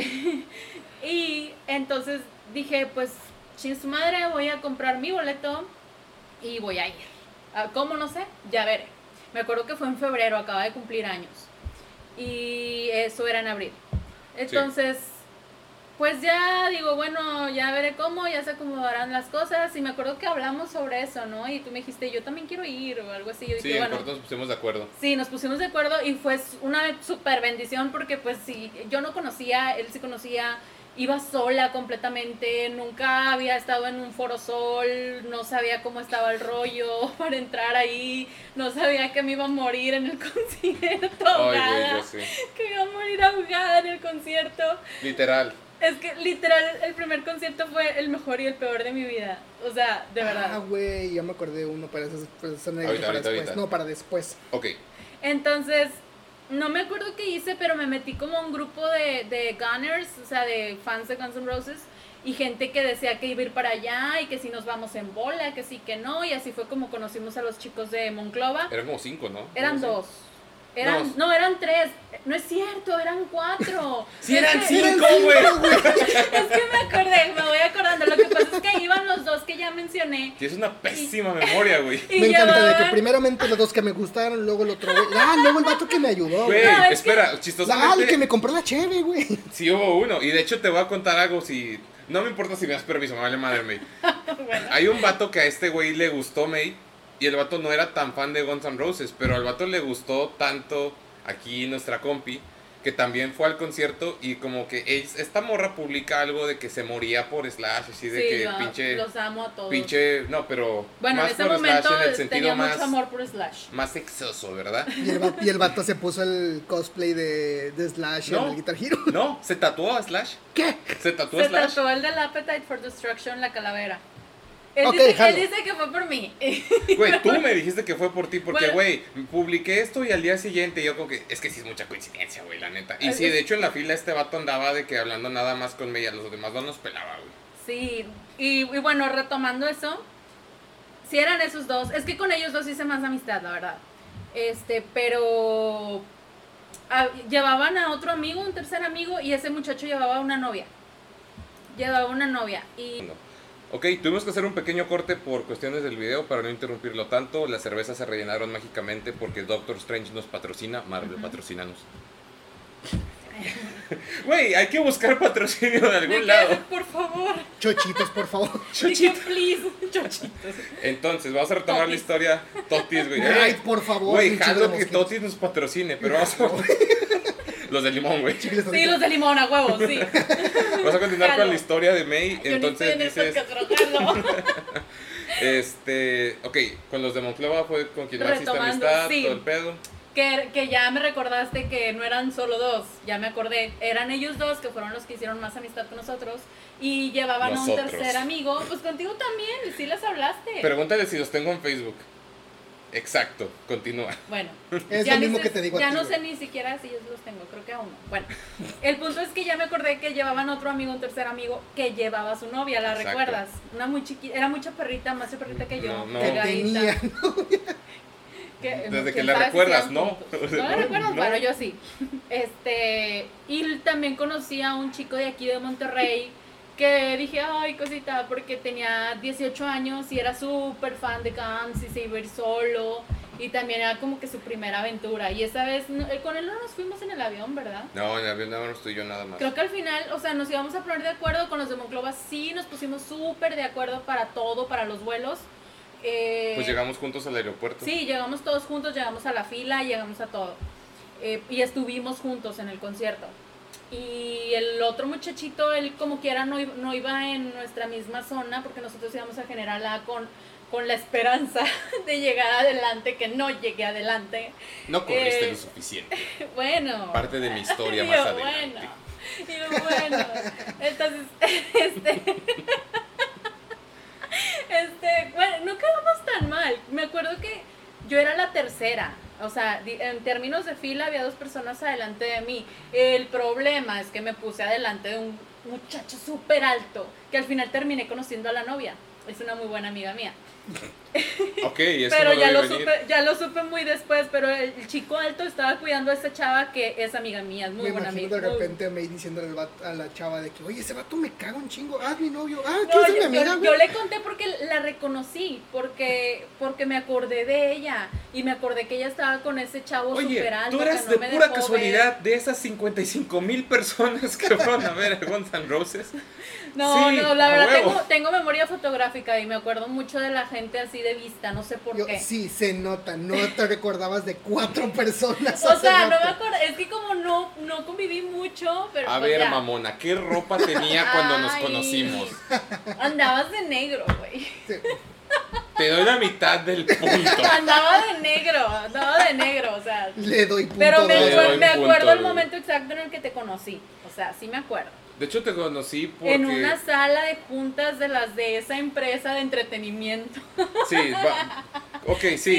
y entonces dije, pues, chin su madre, voy a comprar mi boleto y voy a ir. Ah, ¿Cómo? No sé, ya veré. Me acuerdo que fue en febrero, acaba de cumplir años. Y eso era en abril. Entonces, pues ya digo, bueno, ya veré cómo, ya se acomodarán las cosas. Y me acuerdo que hablamos sobre eso, ¿no? Y tú me dijiste, yo también quiero ir o algo así. Yo Sí, dije, en bueno, corto nos pusimos de acuerdo. sí, nos pusimos de acuerdo y fue una super bendición porque pues sí, yo no conocía, él sí conocía, iba sola completamente, nunca había estado en un Foro Sol, no sabía cómo estaba el rollo para entrar ahí, no sabía que me iba a morir en el concierto Ay, güey, ahogada, yo sé. que me iba a morir ahogada en el concierto. Literal. Es que literal el primer concierto fue el mejor y el peor de mi vida, o sea, de verdad. Ah, güey, ya me acordé de uno para esas para esa anécdota Ahorita, para ahorita, después. ahorita. No, para después. Ok. Entonces, no me acuerdo qué hice, pero me metí como a un grupo de, de Gunners, o sea, de fans de Guns N' Roses, y gente que decía que iba a ir para allá, y que si nos vamos en bola, que sí, que no, y así fue como conocimos a los chicos de Monclova. Eran como cinco, ¿no? Eran No sé. dos. Eran, Dos. no, eran tres. No es cierto, eran cuatro. Sí, Es eran que- cinco, güey. Es que me acordé, me voy acordando. Lo que pasa es que iban los dos que ya mencioné, Tienes una pésima memoria, güey. Y Me encanta de que llevaban- primeramente los dos que me gustaron, luego el otro güey. Ah, luego el vato que me ayudó, Güey, güey. No, es espera, Ah, chistosamente. el que me compró la cheve, güey. Sí hubo uno. Y de hecho te voy a contar algo si... No me importa si me das permiso, me vale madre, May. Bueno. Hay un vato que a este güey le gustó, May. Y el vato no era tan fan de Guns N' Roses. Pero al vato le gustó tanto aquí nuestra compi, que también fue al concierto. Y como que es- esta morra publica algo de que se moría por Slash. Así de Sí, que yo pinche... los amo a todos. Pinche... No, pero... Bueno, en más ese por momento Slash en el sentido tenía más... mucho amor por Slash. Más sexoso, ¿verdad? Y el, vato, y el vato se puso el cosplay de, de Slash No. en el Guitar Hero. No, se tatuó a Slash. ¿Qué? Se tatuó Se a Slash. tatuó el del Appetite for Destruction, la calavera. Él, Ok, dice, jalo. él dice que fue por mí. Güey, tú me dijiste que fue por ti, porque, Bueno. güey, publiqué esto y al día siguiente yo como que, es que sí es mucha coincidencia, güey, la neta. Y sí, de hecho en la fila este vato andaba de que hablando nada más con May, a los demás no nos pelaba, güey. Sí, y, y bueno, retomando eso, si eran esos dos, es que con ellos dos hice más amistad, la verdad. Este, pero a- llevaban a otro amigo, un tercer amigo, y ese muchacho llevaba una novia. Llevaba una novia y... No. Ok, tuvimos que hacer un pequeño corte por cuestiones del video para no interrumpirlo tanto. Las cervezas se rellenaron mágicamente porque Doctor Strange nos patrocina. Marvel, patrocínanos. Güey, hay que buscar patrocinio de ¿De algún qué? lado. Por favor, Chochitos, por favor. dije, please, chochitos. Entonces, vamos a retomar la Totis. historia. Totis, güey. Ay, Eh, por favor. Güey, un chingo de jalo que mosquitos. Totis nos patrocine, pero vamos a... Los de limón, güey. Chicles Sí, Totis. los de limón a huevos, sí. Vamos a continuar Jalo. con la historia de May. Yo Entonces ni estoy en el dices, podcast, pero jalo. este, ok, con los de Monclova fue con quien más hiciste Retomando, amistad, sí. todo el pedo. Que, que ya me recordaste que no eran solo dos, ya me acordé, eran ellos dos que fueron los que hicieron más amistad con nosotros y llevaban a un Nosotros. tercer amigo, pues contigo también, sí les hablaste. Pregúntale si los tengo en Facebook. Exacto, continúa. Bueno, Es ya lo ni mismo sé- que te digo a ya ti, no güey. sé ni siquiera si yo los tengo, creo que aún no. Bueno, el punto es que ya me acordé que llevaban otro amigo, un tercer amigo, que llevaba a su novia, ¿la Exacto. recuerdas? Una muy chiquita, era muy chaparrita, más chaparrita que yo, No, no. Que delgadita. tenía. Que- Desde que quién la sabe si recuerdas, sean ¿no. juntos. ¿No la recuerdas? No. Bueno, yo sí. Este, y también conocí a un chico de aquí de Monterrey que dije, ay, cosita, porque tenía dieciocho años y era súper fan de Guns y se iba a ir solo. Y también era como que su primera aventura. Y esa vez, no- eh, con él no nos fuimos en el avión, ¿verdad? No, en el avión no estoy yo nada más. Creo que al final, o sea, nos íbamos a poner de acuerdo con los de Monclova. Sí, nos pusimos súper de acuerdo para todo, para los vuelos. Eh, Pues llegamos juntos al aeropuerto. Sí, llegamos todos juntos, llegamos a la fila, llegamos a todo. Eh, y estuvimos juntos en el concierto. Y el otro muchachito, él como quiera no, iba- no iba en nuestra misma zona porque nosotros íbamos a General A con, con la esperanza de llegar adelante, que no llegué adelante. No corriste Eh, lo suficiente. Bueno. Parte de mi historia Y más yo, adelante. Bueno, y yo, bueno, entonces, este, este, bueno, no quedamos tan mal. Me acuerdo que yo era la tercera. O sea, di- en términos de fila había dos personas adelante de mí. El problema es que me puse adelante de un muchacho súper alto, que al final terminé conociendo a la novia. Es una muy buena amiga mía. Ok, eso Pero no ya debe lo, venir. supe, ya lo supe muy después, pero el chico alto estaba cuidando a esta chava que es amiga mía, es muy Me buena imagino amiga. de muy- repente a May diciéndole al vato- a la chava de que, oye, ese vato me caga un chingo. Ah, es mi novio. Ah, No, ¿quieres ser mi yo, amiga, yo- güey? yo le conté porque la reconocí, porque porque me acordé de ella y me acordé que ella estaba con ese chavo Oye, súper alto. tú eras que no de me pura dejó casualidad de esas cincuenta y cinco mil personas que fueron a ver a Guns N' Roses. ver. No, Sí, no, la a verdad huevo. tengo, tengo memoria fotográfica y me acuerdo mucho de la gente así de vista, no sé por Yo- qué. sí, se nota. No te recordabas de cuatro personas. O hace sea, no rato. me acuerdo, es que como no, no conviví mucho, pero A pues ver, ya. mamona, ¿qué ropa tenía cuando nos Ay. conocimos? Andabas de negro, güey. Sí. Te doy la mitad del punto. Andaba de negro, andaba de negro, o sea. Le doy punto Pero me, Le doble. doy acuer- me punto, acuerdo el güey. momento exacto en el que te conocí. O sea, sí me acuerdo. De hecho, te conocí porque... En una sala de juntas de las de esa empresa de entretenimiento. Sí, va- ok, sí.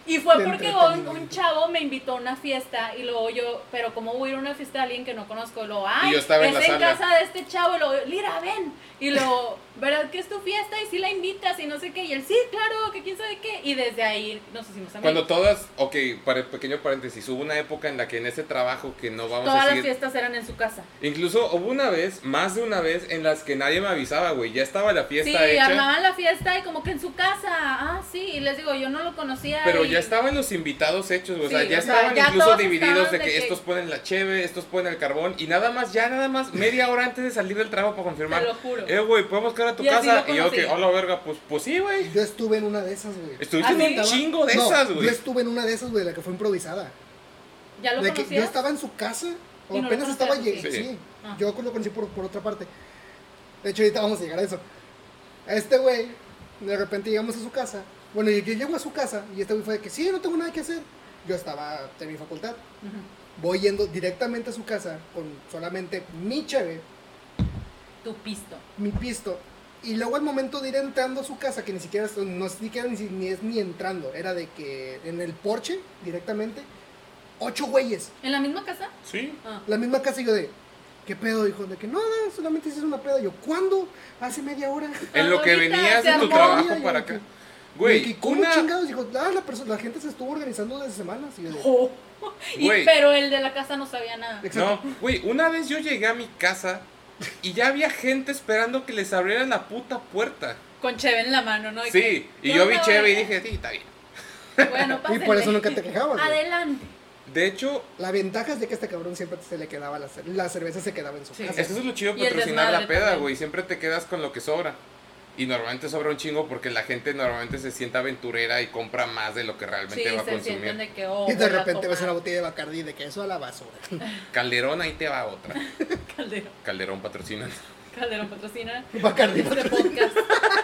Y fue de porque un, entretenimiento. un chavo me invitó a una fiesta y luego yo, pero ¿cómo voy a ir a una fiesta de alguien que no conozco? Y luego, ay, Y yo estaba en es la en sala. casa de este chavo. Y luego, Lira, ven. Y luego, ¿verdad que es tu fiesta? Y sí la invitas y no sé qué. Y él, sí, claro, que quién sabe qué. Y desde ahí nos hicimos amigos. Cuando todas, ok, para el pequeño paréntesis, hubo una época en la que en ese trabajo que no vamos Todas a las decir, fiestas eran en su casa. incluso hubo una vez, más de una vez, en las que nadie me avisaba, güey, ya estaba la Sí, fiesta hecha, armaban la fiesta y como que en su casa. Ah, sí. Y les digo, yo no lo conocía. pero y- ya estaban los invitados hechos, güey, o sea, Sí, ya o sea, estaban ya incluso todos divididos estaban de de que, que- estos ponen la cheve, estos ponen el carbón, y nada más, ya nada más, media hora antes de salir del trabajo para confirmar, Te lo juro. eh, güey, ¿podemos quedar a tu Y así casa? lo Y yo conocí. que, hola, verga, pues, pues sí, güey, Yo estuve en una de esas, güey. estuviste ¿Ah, en sí? un chingo de No, esas, yo güey. estuve en una de esas, güey, la que fue improvisada. ¿Ya lo De que yo conocías? estaba en su casa, o ¿Y no lo apenas estaba conocías, llegando. sí? Sí, Ah. yo lo conocí por, por otra parte. De hecho, ahorita vamos a llegar a eso. A este güey, de repente llegamos a su casa. Bueno, yo, yo llego a su casa y este güey fue de que sí, no tengo nada que hacer. Yo estaba en mi facultad. Ujú. Voy yendo directamente a su casa con solamente mi cheve, Tu pisto. mi pisto. Y luego al momento de ir entrando a su casa, que ni siquiera, no es, ni, siquiera ni, ni es ni entrando, era de que en el porche, directamente, ocho güeyes. ¿En la misma casa? Sí. Ah. La misma casa y yo de, ¿qué pedo, hijo? De que no, no, solamente hiciste una peda. Yo, ¿cuándo? Hace media hora. En lo que Ahorita venías se de tu armó. trabajo Yo para de que- acá. Y Güey, ¿cómo una... chingados? Dijo, ah, la, perso- la gente se estuvo organizando desde semanas. Y yo de, Oh. Y- Güey. pero el de la casa no sabía nada. exacto. No, güey, una vez yo llegué a mi casa y ya había gente esperando que les abrieran la puta puerta. Con cheve en la mano, ¿no? Y Sí, que, y ¿qué yo vi onda, chévere y güey? dije, sí, está bien. Bueno, Y pásenle. por eso nunca te quejabas, güey. Adelante. De hecho, La ventaja es de que a este cabrón siempre se le quedaba la, cer- la cerveza, se quedaba en su Sí. casa. eso es lo chido Y de el patrocinar la desmadre peda, también. güey. Siempre te quedas con lo que sobra. Y normalmente sobra un chingo porque la gente normalmente se siente aventurera y compra más de lo que realmente Sí, va a se sienten consumir. de que, oh, Y de voy a repente ves tomar. una botella de Bacardí de que eso a la basura. Calderón, ahí te va otra. Calderón. Calderón patrocina. Calderón patrocina. Bacardí. Este podcast.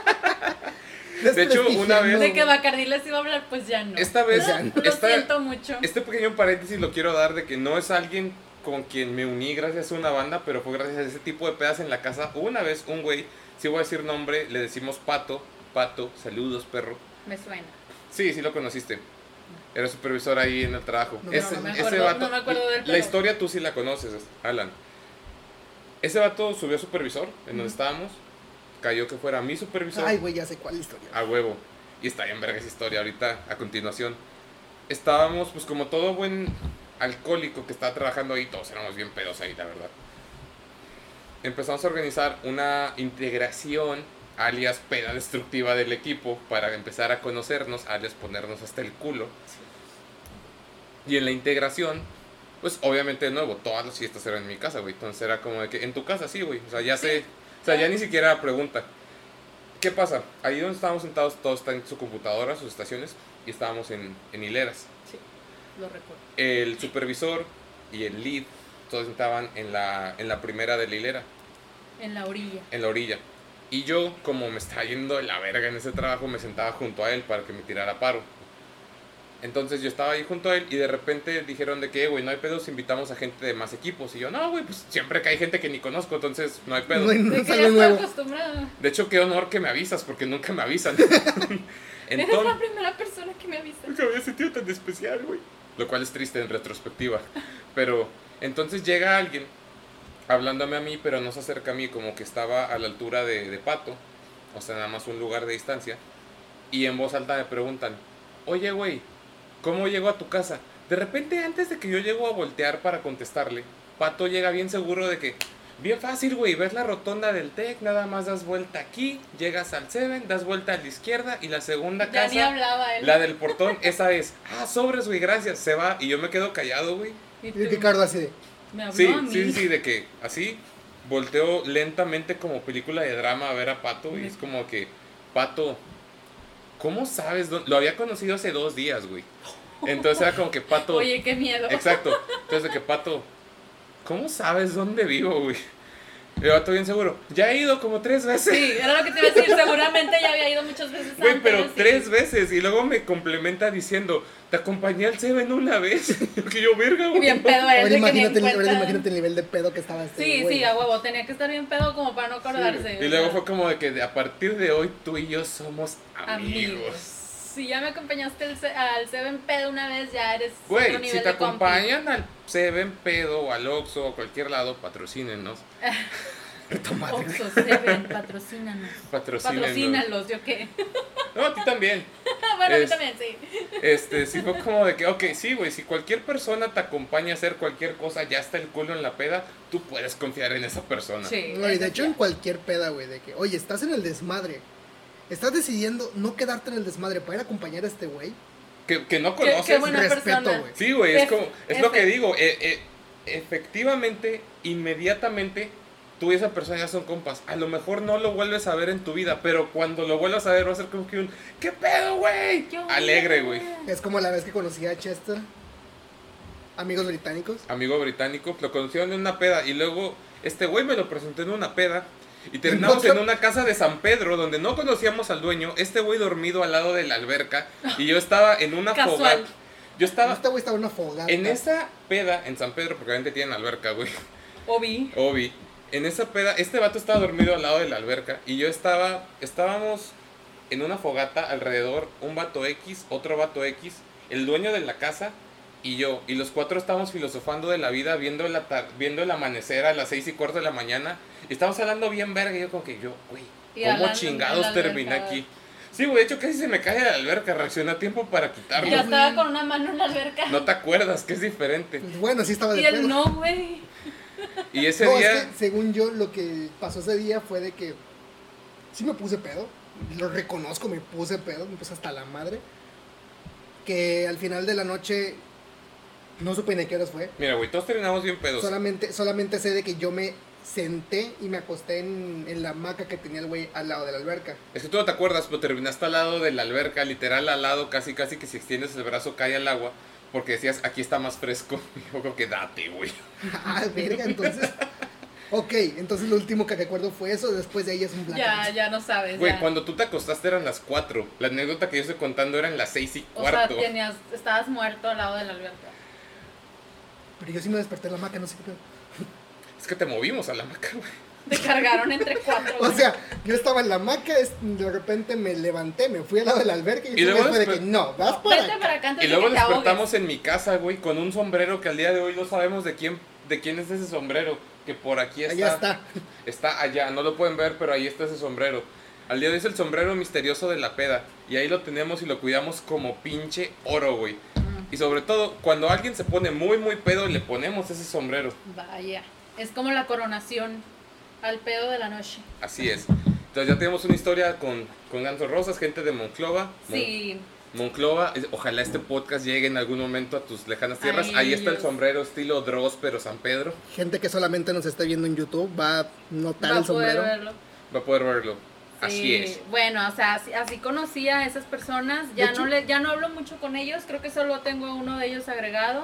De hecho, una vez- De que Bacardí les iba a hablar, pues ya no. Esta vez, Ya no. Lo esta- siento mucho. este pequeño paréntesis lo quiero dar de que no es alguien con quien me uní gracias a una banda, pero fue gracias a ese tipo de pedas en la casa. Una vez un güey, si voy a decir nombre, le decimos Pato. Pato, saludos, perro. Me suena. Sí, sí lo conociste. Era supervisor ahí en el trabajo. No, ese, no me ese acuerdo- vato, no me acuerdo de él, la pero- historia tú sí la conoces, Alan. Ese vato subió a supervisor en donde estábamos. Cayó que fuera mi supervisor. Ay, güey, ya sé cuál historia. A huevo. Y está bien verga esa historia ahorita, a continuación. Estábamos, pues como todo buen alcohólico que estaba trabajando ahí, todos éramos bien pedos ahí, la verdad. Empezamos a organizar una integración, alias peda destructiva del equipo, para empezar a conocernos, alias ponernos hasta el culo. Y en la integración, pues obviamente de nuevo, todas las fiestas eran en mi casa, güey. Entonces era como de que, en tu casa sí, güey. O sea, ya sé, o sea, ya ni siquiera pregunta. ¿Qué pasa? Ahí donde estábamos sentados, todos están en su computadora, sus estaciones, y estábamos en, en hileras. Sí, lo recuerdo. El supervisor y el lead, todos estaban en la, en la primera de la hilera, En la orilla. en la orilla. Y yo, como me estaba yendo de la verga en ese trabajo, me sentaba junto a él para que me tirara paro. Entonces yo estaba ahí junto a él y de repente dijeron de que, güey, no hay pedos, invitamos a gente de más equipos. Y yo, no, güey, pues siempre que hay gente que ni conozco, entonces no hay pedo. No hay De no que ya sale estoy nuevo. acostumbrada. De hecho, qué honor que me avisas, porque nunca me avisan. Eres la Entonces, primera persona que me avisa. nunca había sentido tan especial, güey. Lo cual es triste en retrospectiva. Pero entonces llega alguien hablándome a mí, pero no se acerca a mí, como que estaba a la altura de, de Pato. O sea, nada más un lugar de distancia. Y en voz alta me preguntan, oye, güey, ¿cómo llego a tu casa? De repente, antes de que yo llego a voltear para contestarle, Pato llega bien seguro de que, bien fácil, güey, ves la rotonda del T E C, nada más das vuelta aquí, llegas al Seven, das vuelta a la izquierda y la segunda Ya casa, ni hablaba él. la del portón, esa es, ah, sobres, güey, gracias, se va. Y yo me quedo callado, güey. Y Y tú, Ricardo así de, me habló Sí, a mí. sí, sí, sí, de que así volteo lentamente como película de drama a ver a Pato y es como que, Pato, ¿cómo sabes dónde? Lo había conocido hace dos días, güey. Entonces era como que Pato... Oye, qué miedo. Exacto. Entonces de que Pato, ¿cómo sabes dónde vivo, güey? Y el vato bien seguro, ya he ido como tres veces. Sí, era lo que te iba a decir. Seguramente ya había ido muchas veces Güey, antes. pero y- tres veces. Y luego me complementa diciendo, te acompañé al Seven una vez. Que yo, verga, Y güey. bien pedo ahora él de que ni imagínate, en el- ahora cuenta. imagínate el nivel de pedo que estaba este Sí, güey. sí, a huevo. Tenía que estar bien pedo como para no acordarse. Y o luego sea, fue como de que de- a partir de hoy tú y yo somos amigos. amigos. Si ya me acompañaste al, ce- al Seven Pedo una vez, ya eres otro Güey, nivel si te de compi. acompañan al Seven Pedo o al Oxxo o a cualquier lado, patrocínenos. Oxxo, Seven, patrocínanos. Patrocínenos. Patrocínalos, ¿yo qué? No, a ti también. Bueno, a mí Es- también, sí. Este, sí fue como de que, ok, sí, güey, si cualquier persona te acompaña a hacer cualquier cosa, ya está el culo en la peda, tú puedes confiar en esa persona. Sí. No, y de eso hecho sí. en cualquier peda, güey, de que, oye, estás en el desmadre. Estás decidiendo no quedarte en el desmadre para ir a acompañar a este güey. Que, que no Qué- conoces. qué buena Respeto, persona. güey. Sí, güey, es F- como, es lo F. que digo, eh, eh, efectivamente, inmediatamente, tú y esa persona ya son compas. A lo mejor no lo vuelves a ver en tu vida, pero cuando lo vuelvas a ver va a ser como que un, ¿qué pedo, güey? Qué Alegre, güey. onda. Es como la vez que conocí a Chester. Amigos británicos. Amigo británico, lo conocieron en una peda y luego este güey me lo presentó en una peda y terminamos en una casa de San Pedro donde no conocíamos al dueño, este güey dormido al lado de la alberca y yo estaba en una Casual. fogata. Yo estaba Este güey estaba en una fogata. en esa peda en San Pedro, porque obviamente tienen alberca, güey. Obi. Obi. En esa peda, este vato estaba dormido al lado de la alberca y yo estaba, estábamos en una fogata alrededor, un vato X, otro vato X, el dueño de la casa y yo. Y los cuatro estábamos filosofando de la vida, viendo, la tar- viendo el amanecer a las seis y cuarto de la mañana. Y estábamos hablando bien verga y yo como que yo, güey, Y ¿cómo hablando chingados en la terminé alberca. aquí? Sí, güey, de hecho casi se me cae de la alberca, reaccioné a tiempo para quitarlo. Ya estaba con una mano en la alberca. No te acuerdas, que es diferente. Pues bueno, sí estaba de Y él pedo. no, güey. Y ese No, día... es que según yo lo que pasó ese día fue de que sí me puse pedo, lo reconozco, me puse pedo, me puse hasta la madre, que al final de la noche no supe ni a qué horas fue, Mira, güey, todos terminamos bien pedos. solamente, solamente sé de que yo me senté y me acosté en, en la hamaca que tenía el güey al lado de la alberca. Es que tú no te acuerdas, pero terminaste al lado de la alberca, literal al lado, casi casi que si extiendes el brazo cae al agua, porque decías, aquí está más fresco. Y yo creo que date, güey. Ah, verga, entonces... Ok, entonces lo último que recuerdo fue eso, después de ahí es un blackout. Ya, ya no sabes. Güey, ya. cuando tú te acostaste eran las cuatro. La anécdota que yo estoy contando eran las seis y O sea, cuarto. tenías, estabas muerto al lado de la alberca. Pero yo sí me desperté en la hamaca, no sé qué pedo. Es que te movimos a la hamaca, güey. Te cargaron entre cuatro. O güey. sea, yo estaba en la hamaca, es- de repente me levanté, me fui al lado de la alberca y, Y luego fue de después- que no, vas para Vete acá. para acá antes Y de luego que te ahogues. despertamos en mi casa, güey, con un sombrero que al día de hoy no sabemos de quién, de quién es ese sombrero. Que por aquí está. Allá está. Está allá, no lo pueden ver, pero ahí está ese sombrero. Al día de hoy es el sombrero misterioso de la peda. Y ahí lo tenemos y lo cuidamos como pinche oro, güey. Mm, Y sobre todo, cuando alguien se pone muy, muy pedo, le ponemos ese sombrero. Vaya. Es como la coronación al pedo de la noche. Así es. Entonces ya tenemos una historia con, con Ganso Rosas, gente de Monclova. Mon- Sí. Monclova, es- ojalá este podcast llegue en algún momento a tus lejanas tierras. Ay, Ahí está el Dios. sombrero estilo Dross, pero San Pedro. Gente que solamente nos está viendo en YouTube va a notar Va a el poder sombrero. verlo. Va a poder verlo. Así Sí, es. Bueno, o sea, así, así conocí a esas personas. Ya De hecho- no le, ya no hablo mucho con ellos. Creo que solo tengo a uno de ellos agregado.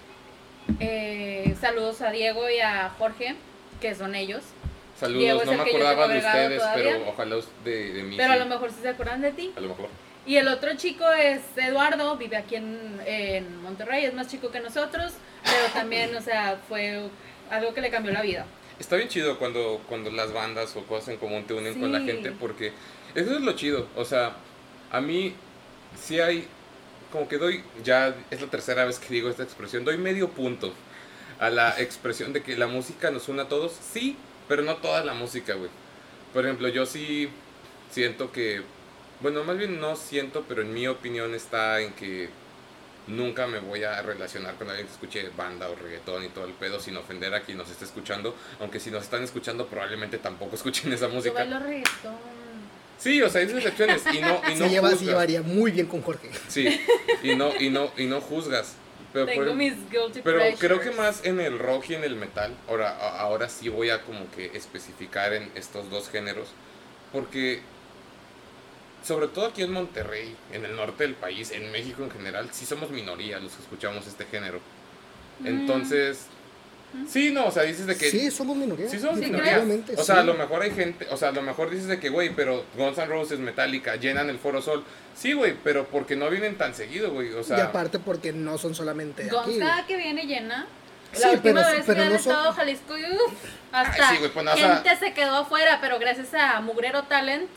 Eh, saludos a Diego y a Jorge, que son ellos. Saludos, Diego es no el me que yo acordaba tengo de agregado ustedes, todavía. pero ojalá us- de, de mí. Pero a sí. lo mejor sí se acuerdan de ti. A lo mejor. Y el otro chico es Eduardo, vive aquí en, en Monterrey, es más chico que nosotros, pero también, o sea, fue algo que le cambió la vida. Está bien chido cuando, cuando las bandas o cosas en común te unen con la Sí. gente, porque eso es lo chido. O sea, a mí sí hay, como que doy, ya es la tercera vez que digo esta expresión, doy medio punto a la expresión de que la música nos une a todos. Sí, pero no toda la música, güey. Por ejemplo, yo sí siento que, bueno, más bien no siento, pero en mi opinión está en que nunca me voy a relacionar con alguien que escuche banda o reggaetón y todo el pedo sin ofender a quien nos esté escuchando, aunque si nos están escuchando probablemente tampoco escuchen esa Yo música. bailo reggaetón. Sí, o sea, hay excepciones y no y no se, lleva, se juzgas. llevaría muy bien con Jorge. Sí, y no y no y no juzgas. Pero, Tengo por- mis guilty pero pleasures. creo que más en el rock y en el metal. Ahora a- ahora sí voy a como que especificar en estos dos géneros porque sobre todo aquí en Monterrey, en el norte del país, en México en general, sí somos minoría los que escuchamos este género. Mm. Entonces, sí, no, o sea, dices de que Sí, somos minoría. sí somos Sí, minoría. definitivamente, O sea, sí. a lo mejor hay gente, o sea, a lo mejor dices de que, güey, pero Guns N' Roses, Metallica, llenan el Foro Sol. Sí, güey, pero porque no vienen tan seguido, güey, o sea... y aparte porque no son solamente de Gonz aquí. güey. cada que viene llena. La Sí, última pero- vez pero que han no son- estado Jalisco y uf, hasta Ay, sí, güey, pues, no, o sea- gente se quedó afuera, pero gracias a Mugrero Talent,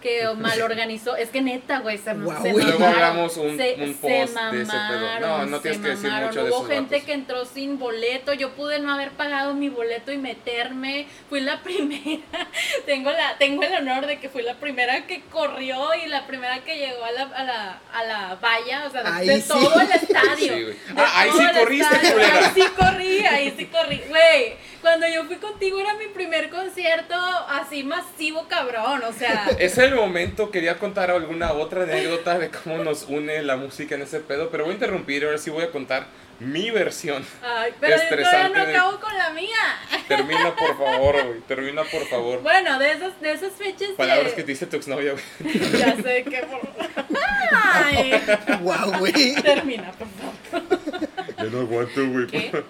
que mal organizó. Es que neta, güey, se, Guau, se güey. Luego mamaron. hablamos un, se, un se post de ese pedo. mamaron, No, no tienes se que decir mamaron. mucho de Hubo esos gente vatos. que entró sin boleto. Yo pude no haber pagado mi boleto y meterme. Fui la primera. tengo la tengo el honor de que fui la primera que corrió y la primera que llegó a la, a la, a la valla, o sea, de, Ahí de sí. todo el estadio. Sí, güey. De Ah, ahí todo sí el corriste, estadio. culera. Ahí sí corrí, ahí sí corrí. Güey, cuando yo fui contigo era mi primer concierto así masivo, cabrón, o sea. Es el momento, quería contar alguna otra anécdota de cómo nos une la música en ese pedo, pero voy a interrumpir, ahora sí voy a contar mi versión. Ay, pero yo todavía Estresante no de- acabo con la mía. Termina por favor, güey, termina por favor. Bueno, de esas, de esas fechas. de- Palabras que te dice tu exnovia, güey. Ya sé que por. Ay, Guau, güey. termina, por favor. Yo no aguanto, güey. ¿Qué?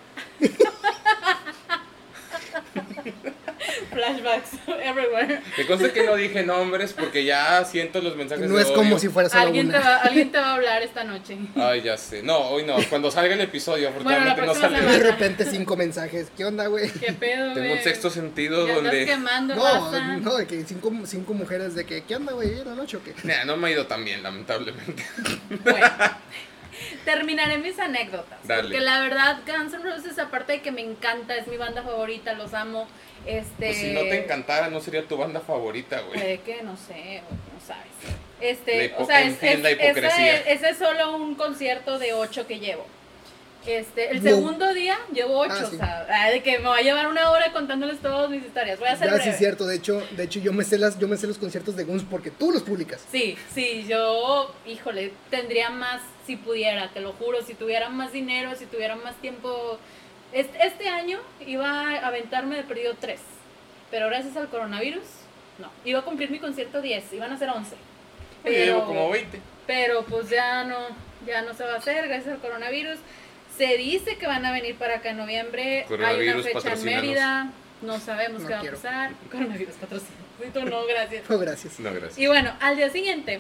Flashbacks everywhere. Me consta que no dije nombres porque ya siento los mensajes No de es como odio. si fuera solo Alguien te, una. va, alguien te va a hablar esta noche. Ay, ya sé. No, hoy no. Cuando salga el episodio, Bueno, la afortunadamente no próxima sale. De semana. repente cinco mensajes. ¿Qué onda, güey? ¿Qué pedo, Tengo un güey? sexto sentido Ya donde... estás quemando, No, raza. no, de que cinco, cinco mujeres de que, ¿qué onda, güey? ¿En la noche o qué? Nah, no me ha ido tan bien, lamentablemente. Bueno, terminaré mis anécdotas. Dale. Porque la verdad, Guns N' Roses, aparte de que me encanta, es mi banda favorita, los amo. Este. Pues si no te encantara, no sería tu banda favorita, güey. Puede que no sé, güey, no sabes. La Este, hipo- o sea, es, en fin, es- la hipocresía. ese, ese es solo un concierto de ocho que llevo. Este, el Wow. segundo día llevo ocho, Ah, sí. o sea, ah, de que me va a llevar una hora contándoles todas mis historias. Voy a hacer Ya sí breve. es cierto, de hecho, de hecho yo me sé las, yo me sé los conciertos de Guns porque tú los publicas. Sí, sí, yo, híjole, tendría más si pudiera, te lo juro, si tuviera más dinero, si tuviera más tiempo. Este, este año iba a aventarme de perdido tres, pero gracias al coronavirus, no. Iba a cumplir mi concierto diez, iban a ser once. Yo llevo como veinte. Pero pues ya no, ya no se va a hacer gracias al coronavirus. Se dice que van a venir para acá en noviembre. Hay una Coronavirus, fecha en patrocínanos. Mérida. No sabemos No qué va quiero. a pasar. Coronavirus patrocina. Sí, tú no, gracias. No, gracias. No, gracias. Y bueno, al día siguiente,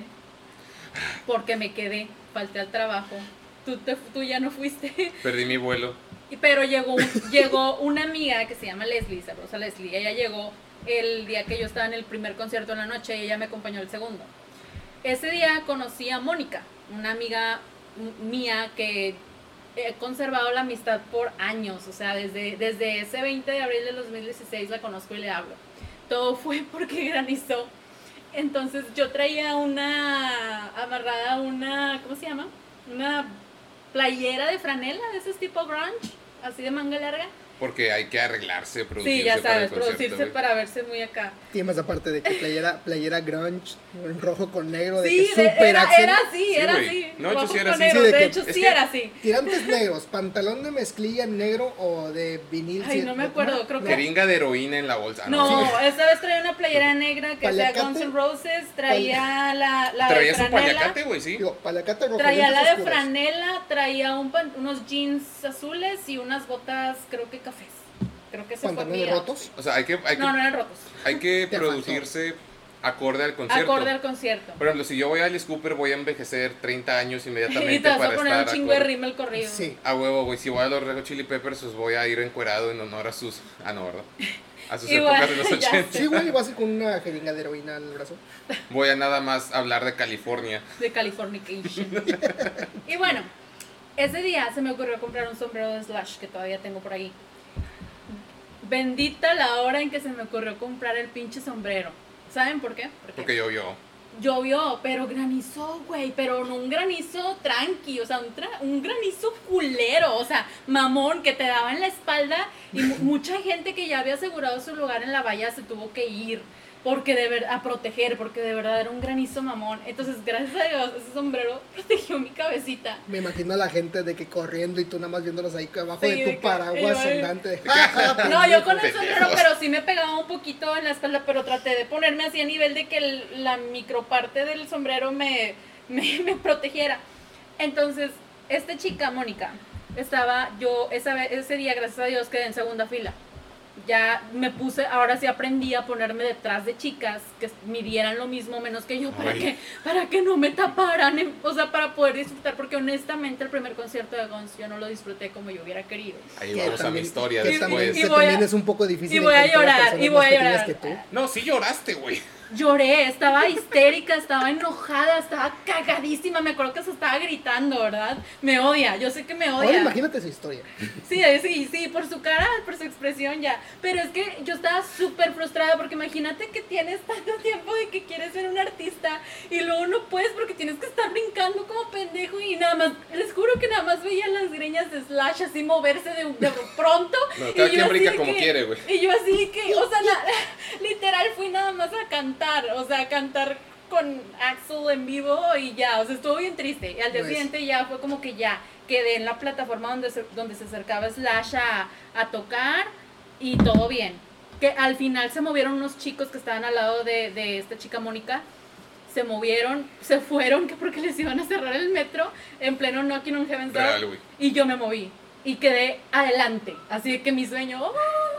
porque me quedé, falté al trabajo. Tú, te- tú ya no fuiste. Perdí mi vuelo. Y- Pero llegó, un- llegó una amiga que se llama Leslie, sabrosa Leslie. Ella llegó el día que yo estaba en el primer concierto en la noche y ella me acompañó el segundo. Ese día conocí a Mónica, una amiga m- mía que he conservado la amistad por años. O sea, desde, desde ese veinte de abril del dos mil dieciséis la conozco y le hablo. Todo fue porque granizó. Entonces yo traía una amarrada, una, ¿cómo se llama? Una playera de franela, de esos tipo grunge, así de manga larga. Porque hay que arreglarse, producirse Sí, ya para el sabes, concierto, producirse güey. para verse muy acá. Y más aparte de que playera, playera grunge, en rojo con negro, de Sí, que de- super era, Axel. era así, Sí, era güey. así. No, de hecho, rojo sí era con así. negro, Sí, de de, que- hecho es sí que- era así. Tirantes negros, pantalón de mezclilla negro o de vinil. Ay, sí, no me acuerdo, creo que... Jeringa de heroína en la bolsa. No, Sí. esta vez traía una playera negra que sea ¿Paliacate? Guns N' Roses, traía la, la de Traía su franela, paliacate, güey, sí. Digo, palacate rojo. traía la lentes de oscuros. franela, traía un pan- unos jeans azules y unas botas, creo que cafés. Creo que se fue Pantalones mi rotos. O sea, hay que, hay que, No, no eran rotos. hay que Te producirse acorde al concierto. Acorde al concierto. Por ejemplo, si yo voy a Alice Cooper, voy a envejecer treinta años inmediatamente Y te vas para a poner estar un chingo de acorde. rima el corrido. Sí. A huevo, güey. Si voy a los Red Hot Chili Peppers, pues voy a ir encuerado en honor a sus... Ah, no, ¿verdad? A sus Igual, épocas de los ya ochenta. Sí, güey, vas con una jeringa de heroína en el brazo. Voy a nada más hablar de California. De Californication. Y bueno, ese día se me ocurrió comprar un sombrero de Slash que todavía tengo por ahí. Bendita la hora en que se me ocurrió comprar el pinche sombrero. ¿Saben por qué? Porque llovió. Llovió, pero granizó, güey, pero no un granizo tranqui, o sea, un, tra- un granizo culero, o sea, mamón, que te daba en la espalda y mu- mucha gente que ya había asegurado su lugar en la valla se tuvo que ir porque de ver- a proteger, porque de verdad era un granizo mamón. Entonces, gracias a Dios, ese sombrero protegió mi cabecita. Me imagino a la gente de que corriendo y tú nada más viéndolos ahí abajo Sí, de de tu que- paraguas igual- andante. de, No, yo con el Pendejos. sombrero, pero sí me pegaba un poquito en la espalda, pero traté de ponerme así a nivel de que el- la microparte del sombrero me, me, me protegiera. Entonces, esta chica, Mónica, estaba, yo esa vez, ese día, gracias a Dios, quedé en segunda fila. ya me puse, ahora sí aprendí a ponerme detrás de chicas que midieran lo mismo menos que yo para Ay. que para que no me taparan, en- o sea, para poder disfrutar, porque honestamente el primer concierto de Guns yo no lo disfruté como yo hubiera querido. Ahí Que vamos a mi también- historia que después. también, Y que voy a- también es un poco difícil y voy a encontrar llorar, personas y voy más a pequeñas llorar. que tú. No, sí lloraste, güey. Lloré, estaba histérica, estaba enojada, estaba cagadísima, me acuerdo que se estaba gritando, ¿verdad? Me odia, yo sé que me odia. Ahora imagínate su historia. Sí, sí, sí, por su cara, por su expresión ya. Pero es que yo estaba súper frustrada porque imagínate que tienes tanto tiempo de que quieres ser un artista y luego no puedes porque tienes que estar brincando como pendejo y nada más, les juro que nada más veía las greñas de Slash así moverse de, de pronto. No, y cada yo quien así brinca de como que- quiere, güey. Y yo así que, o sea, na- literal fui nada más a cantar, o sea, a cantar con Axl en vivo y ya, o sea, estuvo bien triste. Y al día Pues. siguiente ya fue como que ya quedé en la plataforma donde se, donde se acercaba Slash a, a tocar y todo bien. Que al final se movieron unos chicos que estaban al lado de, de esta chica Mónica, se movieron, se fueron, que porque les iban a cerrar el metro en pleno Knocking on Heaven's Door. Real, güey. Y yo me moví y quedé adelante. Así que mi sueño, ¡oh!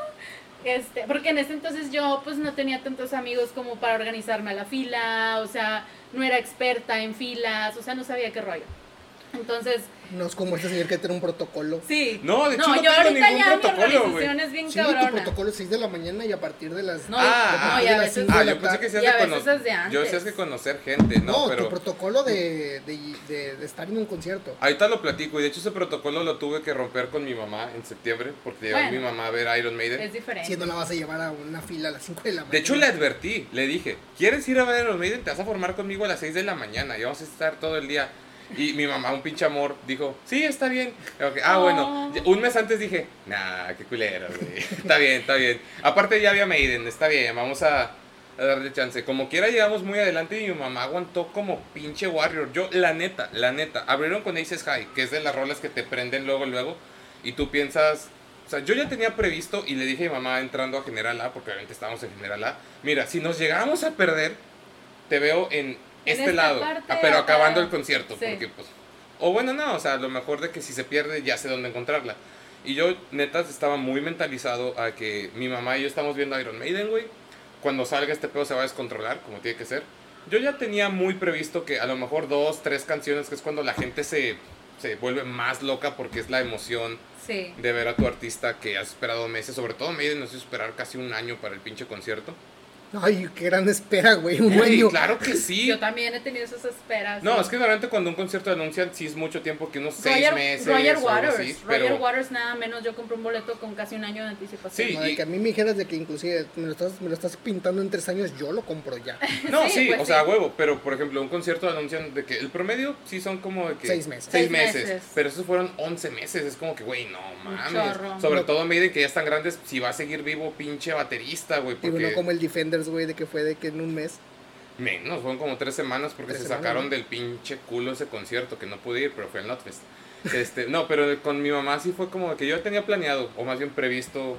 este, porque en ese entonces yo pues no tenía tantos amigos como para organizarme a la fila, o sea, no era experta en filas, o sea, no sabía qué rollo. Entonces, No es como este señor que tiene un protocolo. sí. No, de hecho no yo tengo ahorita ningún ya mi protocolo, güey. organización es bien Sí, tu cabrona. protocolo es seis de la mañana y a partir de las... No, Ah, no, y de a las veces, cinco Ah, de la yo pensé que tarde. seas Y de a veces conocer. es de antes. Yo decías que conocer gente, no, No, pero tu protocolo de, de, de, de estar en un concierto. ahorita lo platico y de hecho ese protocolo lo tuve que romper con mi mamá en septiembre porque llegó Bueno. mi mamá a ver Iron Maiden. es diferente. Si no la vas a llevar a una fila a las cinco de la mañana. De hecho le advertí, le dije, ¿quieres ir a ver Iron Maiden? Te vas a formar conmigo a las seis de la mañana y vamos a estar todo el día. Y mi mamá, un pinche amor, dijo, sí, está bien. Ok, Ah, Oh. bueno, Ya- un mes antes dije, nah, qué culero, güey. Está bien, está bien. Aparte ya había Maiden, está bien, vamos a, a darle chance. Como quiera llegamos muy adelante y mi mamá aguantó como pinche Warrior. Yo, la neta, la neta, abrieron con Aces High, que es de las rolas que te prenden luego, luego. Y tú piensas, o sea, yo ya tenía previsto y le dije a mi mamá entrando a General A, porque obviamente estábamos en General A, mira, si nos llegáramos a perder, te veo en En este esta lado, parte ah, pero acá. acabando el concierto, Sí. porque pues, o bueno, no, o sea, a lo mejor de que si se pierde ya sé dónde encontrarla. Y yo, neta, estaba muy mentalizado a que mi mamá y yo estamos viendo Iron Maiden, güey. Cuando salga este pedo se va a descontrolar, como tiene que ser. Yo ya tenía muy previsto que a lo mejor dos, tres canciones, que es cuando la gente se, se vuelve más loca porque es la emoción Sí. de ver a tu artista que has esperado meses. Sobre todo Maiden nos hizo esperar casi un año para el pinche concierto. Ay, qué gran espera, güey. Un Güey, año. claro que sí. Yo también he tenido esas esperas. No, ¿sí? es que normalmente cuando un concierto anuncian sí es mucho tiempo, que unos seis Roger, meses Roger o algo Waters, así, Roger pero Waters nada menos, yo compré un boleto con casi un año de anticipación. Sí. No, de y- que a mí me dijeras de que inclusive me lo estás, me lo estás pintando en tres años, yo lo compro ya. no, Sí, sí, pues o sea, sí. huevo, pero por ejemplo, un concierto anuncian de que el promedio sí son como de que Seis meses. seis Seis meses, meses. pero esos fueron once meses, es como que, güey, no mames. chorro. Sobre No. todo Maiden que ya están grandes, si va a seguir vivo pinche baterista, güey, Digo, porque no como el Defenders, güey, de que fue de que en un mes. menos, fueron como tres semanas porque Tres se semanas, sacaron ¿no? del pinche culo ese concierto, que no pude ir, pero fue el Notfest. Este, no, pero con mi mamá sí fue como que yo tenía planeado, o más bien previsto,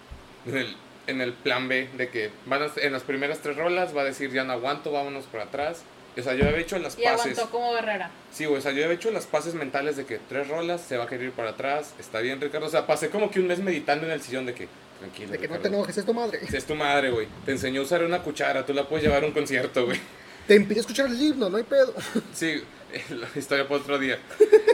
en el, en el plan B, de que van a- en las primeras tres rolas va a decir ya no aguanto, vámonos para atrás. O sea, yo había hecho las Y paces. aguantó como Guerrera. Sí, güey, o sea, yo había hecho las paces mentales de que tres rolas se va a querer ir para atrás, está bien, Ricardo. O sea, pasé como que un mes meditando en el sillón de que, tranquilo, De que no Ricardo. te enojes, es tu madre. Si es tu madre, güey. Te enseñó a usar una cuchara, tú la puedes llevar a un concierto, güey. Te impidió escuchar el himno, no hay pedo. Sí, la historia para otro día.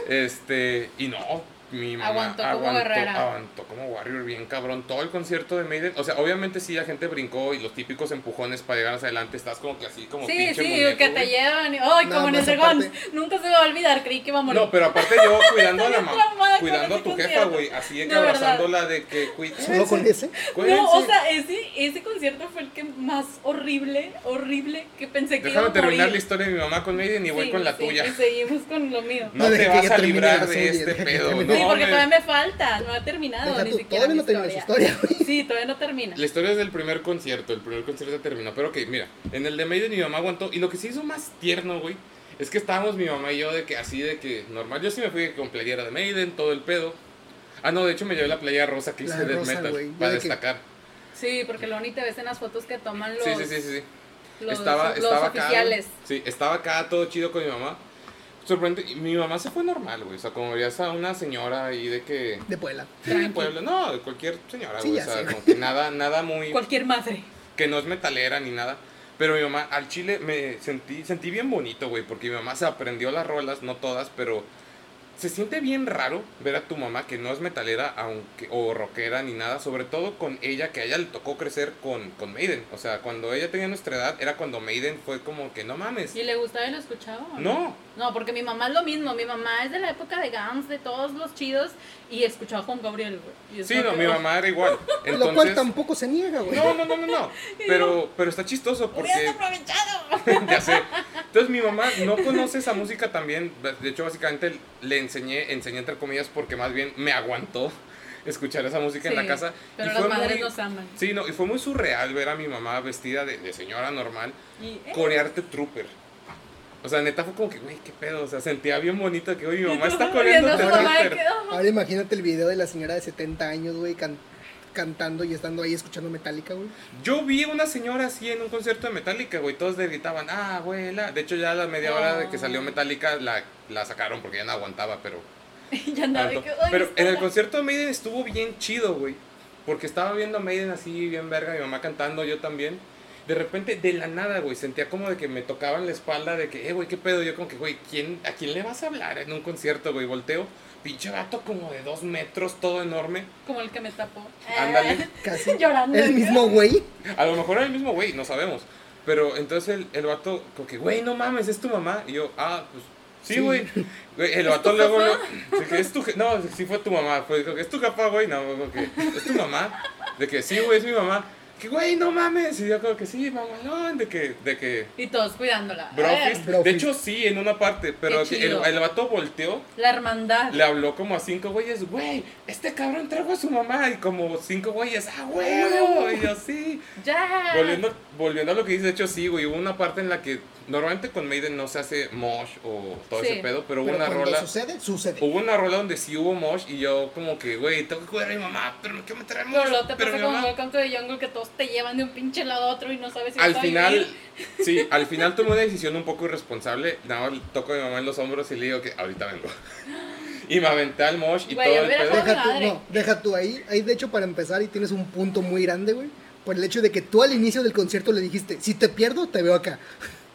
Este, y no, mi mamá Aguantó como aguantó, guerrera. aguantó como Warrior bien cabrón. Todo el concierto de Maiden, o sea, obviamente sí la gente brincó y los típicos empujones para llegar hacia adelante, estás como que así, como Sí, pinche sí, muñeco, que te güey. llevan. y- ¡Ay, Nada como en el más de Guns! aparte- Nunca se me va a olvidar, creí que iba a morir. No, pero aparte yo cuidando a la Estoy mamá, bien traumada con cuidando a ese tu jefa, concierto. güey, así de que De verdad. abrazándola de que cuídense, Solo con ese. cuídense. No, o sea, ese, ese concierto fue el que más horrible, horrible, que pensé que Déjame iba a terminar morir. la historia de mi mamá con Maiden y voy Sí, con la sí, tuya. Y seguimos con lo mío. No No, te deja que vas ya a termine librar la de serie, este deja que pedo, termine. no, Sí, porque me- todavía me falta, no ha terminado Deja ni tú, siquiera todavía mi no termina su historia. historia, güey. Sí, todavía no termina. La historia es del primer concierto, el primer concierto terminó. Pero ok, mira, en el de Maiden mi mamá aguantó. Y lo que se hizo más tierno, güey, es que estábamos mi mamá y yo de que así, de que normal. Yo sí me fui con playera de Maiden, todo el pedo. Ah, no, de hecho me llevé la playera rosa que La hice de rosa, metal güey, yo para de que- destacar. Sí, porque lo único te ves en las fotos que toman los, Sí, sí, sí, sí. sí. los, estaba los estaba acá, oficiales. sí, estaba acá todo chido con mi mamá. sorprendente. Y mi mamá se fue normal, güey. O sea, como verías a una señora ahí de que... De Puebla. Sí, de Puebla. No, de cualquier señora, Sí, güey. ya O sea, sé. como que nada, nada muy... Cualquier madre. Que no es metalera ni nada. Pero mi mamá, al chile, me sentí, sentí bien bonito, güey. Porque mi mamá se aprendió las rolas, no todas, pero... Se siente bien raro ver a tu mamá que no es metalera aunque, o rockera ni nada, sobre todo con ella, que a ella le tocó crecer con, con Maiden. O sea, cuando ella tenía nuestra edad, era cuando Maiden fue como que no mames. ¿Y le gustaba y lo escuchaba? ¿O No. No, porque mi mamá es lo mismo. Mi mamá es de la época de Guns, de todos los chidos, y escuchaba a Juan Gabriel, güey. Y es Sí, como no, que, mi oh, mamá era igual. Lo cual Entonces, tampoco se niega, güey. no, no, no, no, no. Pero, pero está chistoso ¡Hubieras porque... aprovechado! Ya sé. Entonces mi mamá no conoce esa música también. De hecho, básicamente le enseñé, enseñé entre comillas, porque más bien me aguantó escuchar esa música en la Sí, casa. Pero y las fue madres muy, nos aman. sí, no, y fue muy surreal ver a mi mamá vestida de, de señora normal Y, eh, corearte Trooper. O sea, neta fue como que, güey, qué pedo. O sea, sentía bien bonito que, oye, mi mamá y tú está viendo coreando a su mamá de Trooper. que, oh. Ahora imagínate el video de la señora de setenta años, güey, can- cantando y estando ahí escuchando Metallica, güey. Yo vi una señora así en un concierto de Metallica, güey. Todos le gritaban, ah, abuela. De hecho, ya a la media hora de que salió Metallica la, la sacaron porque ya no aguantaba, pero... Ya andaba de tanto. que, "Ay, Pero está en el la-". concierto de Maiden estuvo bien chido, güey. Porque estaba viendo a Maiden así, bien verga, mi mamá cantando, yo también. De repente, de la nada, güey, sentía como de que me tocaban la espalda, de que, eh, güey, qué pedo. Yo como que, güey, ¿quién, ¿a quién le vas a hablar en un concierto, güey? Volteo, pinche gato como de dos metros, todo enorme. Como el que me tapó. Ándale. Casi. Llorando. El mismo güey. A lo mejor era el mismo güey, no sabemos. Pero entonces el, el vato, como que, güey, no mames, es tu mamá. Y yo, ah, pues, sí, Sí. güey. Güey, el ¿Es vato tu luego, jefa? lo- de que es tu je- no, sí fue tu mamá. Fue, dijo que es tu jefa, güey. No, como que, es tu mamá. De que, sí, güey, es mi mamá. Que, güey, no mames. Y yo como que, sí, mamalón. De que, de que, Y todos cuidándola. brofist. Eh, Brofist. De hecho, sí, en una parte. Pero Qué que el, chido. el vato volteó. La hermandad. Le habló como a cinco güeyes, güey, este cabrón trajo a su mamá. Y como cinco güeyes, ah, güey. Y yo, sí. Ya. Volviendo, volviendo a lo que dice, de hecho sí, güey, hubo una parte en la que normalmente con Maiden no se hace mosh o todo Sí. ese pedo, pero hubo Pero una cuando rola, sucede, sucede. hubo una rola donde sí hubo mosh y yo como que, güey, tengo que cuidar a mi mamá, pero no quiero meter a mosh, Pero luego te pero pasa mi como mamá... Welcome to the Jungle que todos te llevan de un pinche lado a otro y no sabes si Al vas a final, vivir. sí, al final tomé una decisión un poco irresponsable, nada más le toco a mi mamá en los hombros y le digo que ahorita vengo. Y me aventé al mosh y Güey, todo el hubiera pedo. sido- Deja tú, madre. no, deja tú ahí. Ahí, de hecho, para empezar, y tienes un punto muy grande, güey. Por el hecho de que tú al inicio del concierto le dijiste, si te pierdo, te veo acá.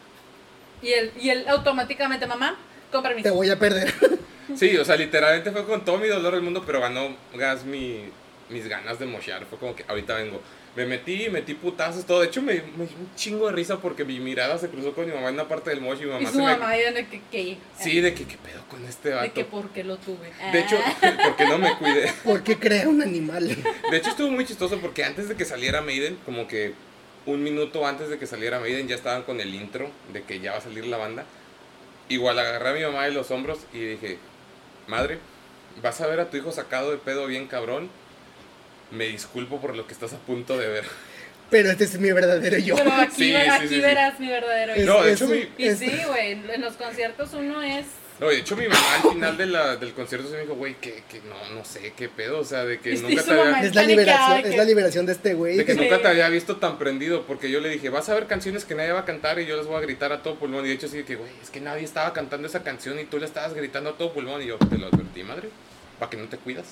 Y él, y él automáticamente, mamá, con permiso. Te voy a perder. Sí, o sea, literalmente fue con todo mi dolor del mundo, pero ganó gas mi, mis ganas de moshear. Fue como que ahorita vengo. Me metí, metí putazos, todo. De hecho, me, me dio un chingo de risa porque mi mirada se cruzó con mi mamá en una parte del mosh y mi Y mamá su se me... mamá ahí de que, que Sí, de que qué pedo con este vato. de que por qué lo tuve. De hecho, porque no me cuidé. ¿Por qué crea un animal? De hecho, estuvo muy chistoso porque antes de que saliera Maiden, como que un minuto antes de que saliera Maiden, ya estaban con el intro de que ya va a salir la banda. Igual agarré a mi mamá de los hombros y dije, madre, vas a ver a tu hijo sacado de pedo bien cabrón. Me disculpo por lo que estás a punto de ver. Pero este es mi verdadero yo. Pero aquí, Sí, ver- sí, aquí sí, sí. verás mi verdadero Es- yo. No, de es hecho, un- mi, Y es- sí, güey, en los conciertos uno es... no, de hecho mi mamá al final de la, del concierto se me dijo, güey, que, que no, no sé qué pedo, o sea, de que Y sí, nunca su te había... mamá Es la paniqueada, liberación, que- es la liberación de este güey. De que Sí. nunca te había visto tan prendido, porque yo le dije, vas a ver canciones que nadie va a cantar y yo les voy a gritar a todo pulmón. Y de hecho sí, de que, güey, es que nadie estaba cantando esa canción y tú le estabas gritando a todo pulmón. Y yo, te lo advertí, madre, para que no te cuidas.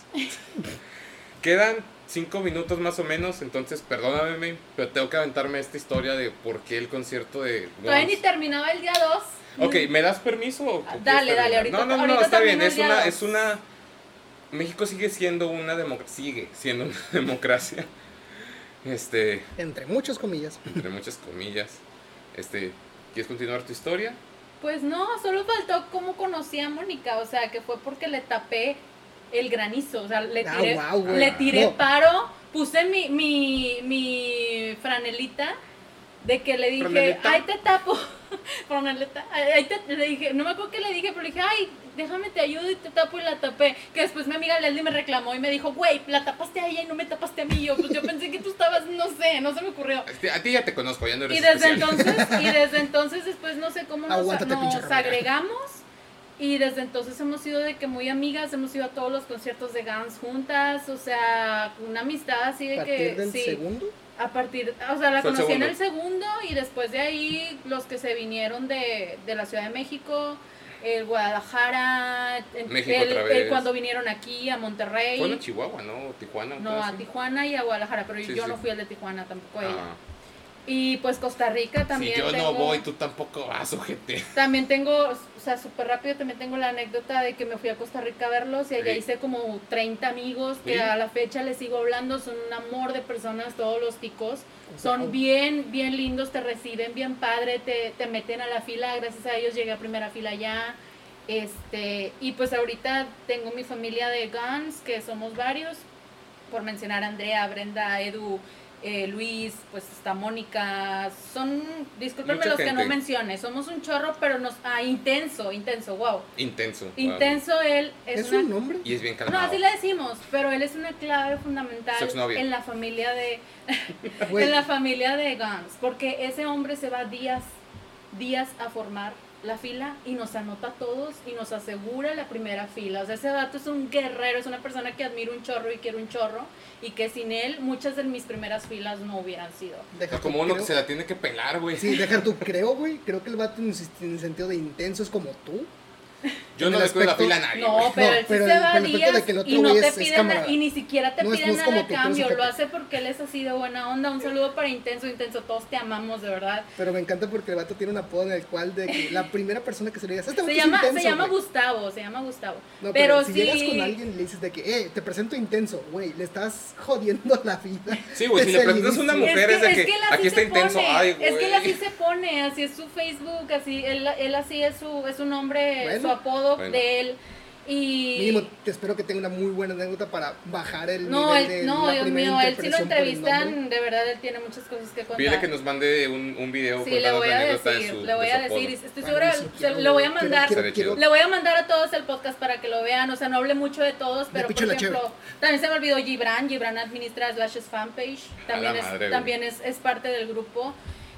Quedan cinco minutos más o menos, entonces perdóname, May, pero tengo que aventarme esta historia de por qué el concierto de Todavía ni Guns. terminaba el día dos. Ok, ¿me das permiso? o quieres Dale, dale, terminar? ahorita- No, no, no, ahorita está bien, termino el es día una, dos. es una... México sigue siendo una democracia, sigue siendo una democracia, este, Entre muchas comillas. entre muchas comillas. Este, ¿quieres continuar tu historia? Pues no, solo faltó cómo conocí a Mónica, o sea, que fue porque le tapé el granizo, o sea, le Ah, tiré, guau, güey. le tiré No. paro, puse mi, mi, mi franelita de que le dije, ¿Franeleta? ay, te tapo, franeleta, ahí te, le dije, no me acuerdo qué le dije, pero le dije, ay, déjame te ayudo y te tapo y la tapé, que después mi amiga Leslie me reclamó y me dijo, güey, la tapaste a ella y no me tapaste a mí, y yo, pues yo pensé que tú estabas, no sé, no se me ocurrió. Este, a ti ya te conozco, ya no eres Y desde especial. entonces, y desde entonces después no sé cómo nos, Aguántate, pinche nos Romero. agregamos. Y desde entonces hemos sido de que muy amigas, hemos ido a todos los conciertos de Guns juntas, o sea, una amistad así A de partir que del sí, segundo. a partir, o sea, la Fue el conocí en segundo. el segundo y después de ahí los que se vinieron de, de la Ciudad de México, el Guadalajara, en- México el- otra el vez. cuando vinieron aquí a Monterrey. Fue en Chihuahua, ¿no? Tijuana. un No, pedo a así. Tijuana y a Guadalajara, pero Sí, yo sí. no fui al de Tijuana, tampoco ella. Ah. Y pues Costa Rica también Si yo tengo, no voy, tú tampoco vas, ojete. también tengo, o sea, súper rápido también tengo la anécdota de que me fui a Costa Rica a verlos y allá Sí. hice como treinta amigos que Sí. a la fecha les sigo hablando, son un amor de personas, todos los ticos, son Wow. bien, bien lindos, te reciben bien padre, te, te meten a la fila, gracias a ellos llegué a primera fila ya, este, y pues ahorita tengo mi familia de Guns, que somos varios, por mencionar a Andrea, Brenda, Edu, eh, Luis, pues está Mónica, son, discúlpenme Mucha los que gente. no mencione, somos un chorro, pero nos, ah, intenso, intenso, wow. Intenso. wow. Intenso él es, ¿Es una, un nombre? Y es bien no, calmado. así le decimos, pero él es una clave fundamental Su exnovia. en la familia de, Güey, en la familia de Guns, porque ese hombre se va días, días a formar la fila y nos anota a todos y nos asegura la primera fila. O sea, ese vato es un guerrero, es una persona que admiro un chorro y quiero un chorro y que sin él muchas de mis primeras filas no hubieran sido. deja Es como tú, uno creo- que se la tiene que pelar, güey. Sí, deja tú, creo, güey. Creo que el vato en, en el sentido de intenso es como tú. Yo en no el le cuido la aspecto- fila a nadie. No, güey. pero No, él sí pero se el- va pero el aspecto días de que el otro y no güey te es- es piden cámara. na- y ni siquiera te No es- no piden es como nada a tú, tú eres cambio, ojete. lo hace porque él es así de buena onda. Un saludo para Intenso, Intenso, todos te amamos, de verdad. Pero me encanta porque el vato tiene un apodo en el cual de que la primera persona que se le diga, este vato Se es llama, intenso, se llama güey". Gustavo, se llama Gustavo. No, pero, pero si sí, llegas con alguien y le dices de que, eh, te presento intenso, güey, le estás jodiendo la vida. Sí, güey, si le desde el presentas a una inicio. mujer es de que, él así aquí está se intenso, pone, ay, güey. es que él así se pone, así es su Facebook, así, él, él así es su, es su nombre, Bueno. su apodo Bueno. de él. Y Mínimo, te espero que tenga una muy buena anécdota para bajar el no, nivel él, de no, la Dios primera mío, él sí lo interpretación por el nombre. entrevistan, de verdad él tiene muchas cosas que contar. Pídele que nos mande un, un video Sí, le contando voy la a anécdota de decir, su- le voy de a su decir, apodo. estoy Ay, segura, sí, se- quiero, le voy a quiero- mandar, quiero- Estaría quiero- chido. le voy a mandar a todos el podcast para que lo vean, o sea, no hablé mucho de todos, pero picho por la ejemplo, también se me olvidó Gibran, Gibran administra Slashes fanpage, también, la es, madre, güey. también es, es parte del grupo,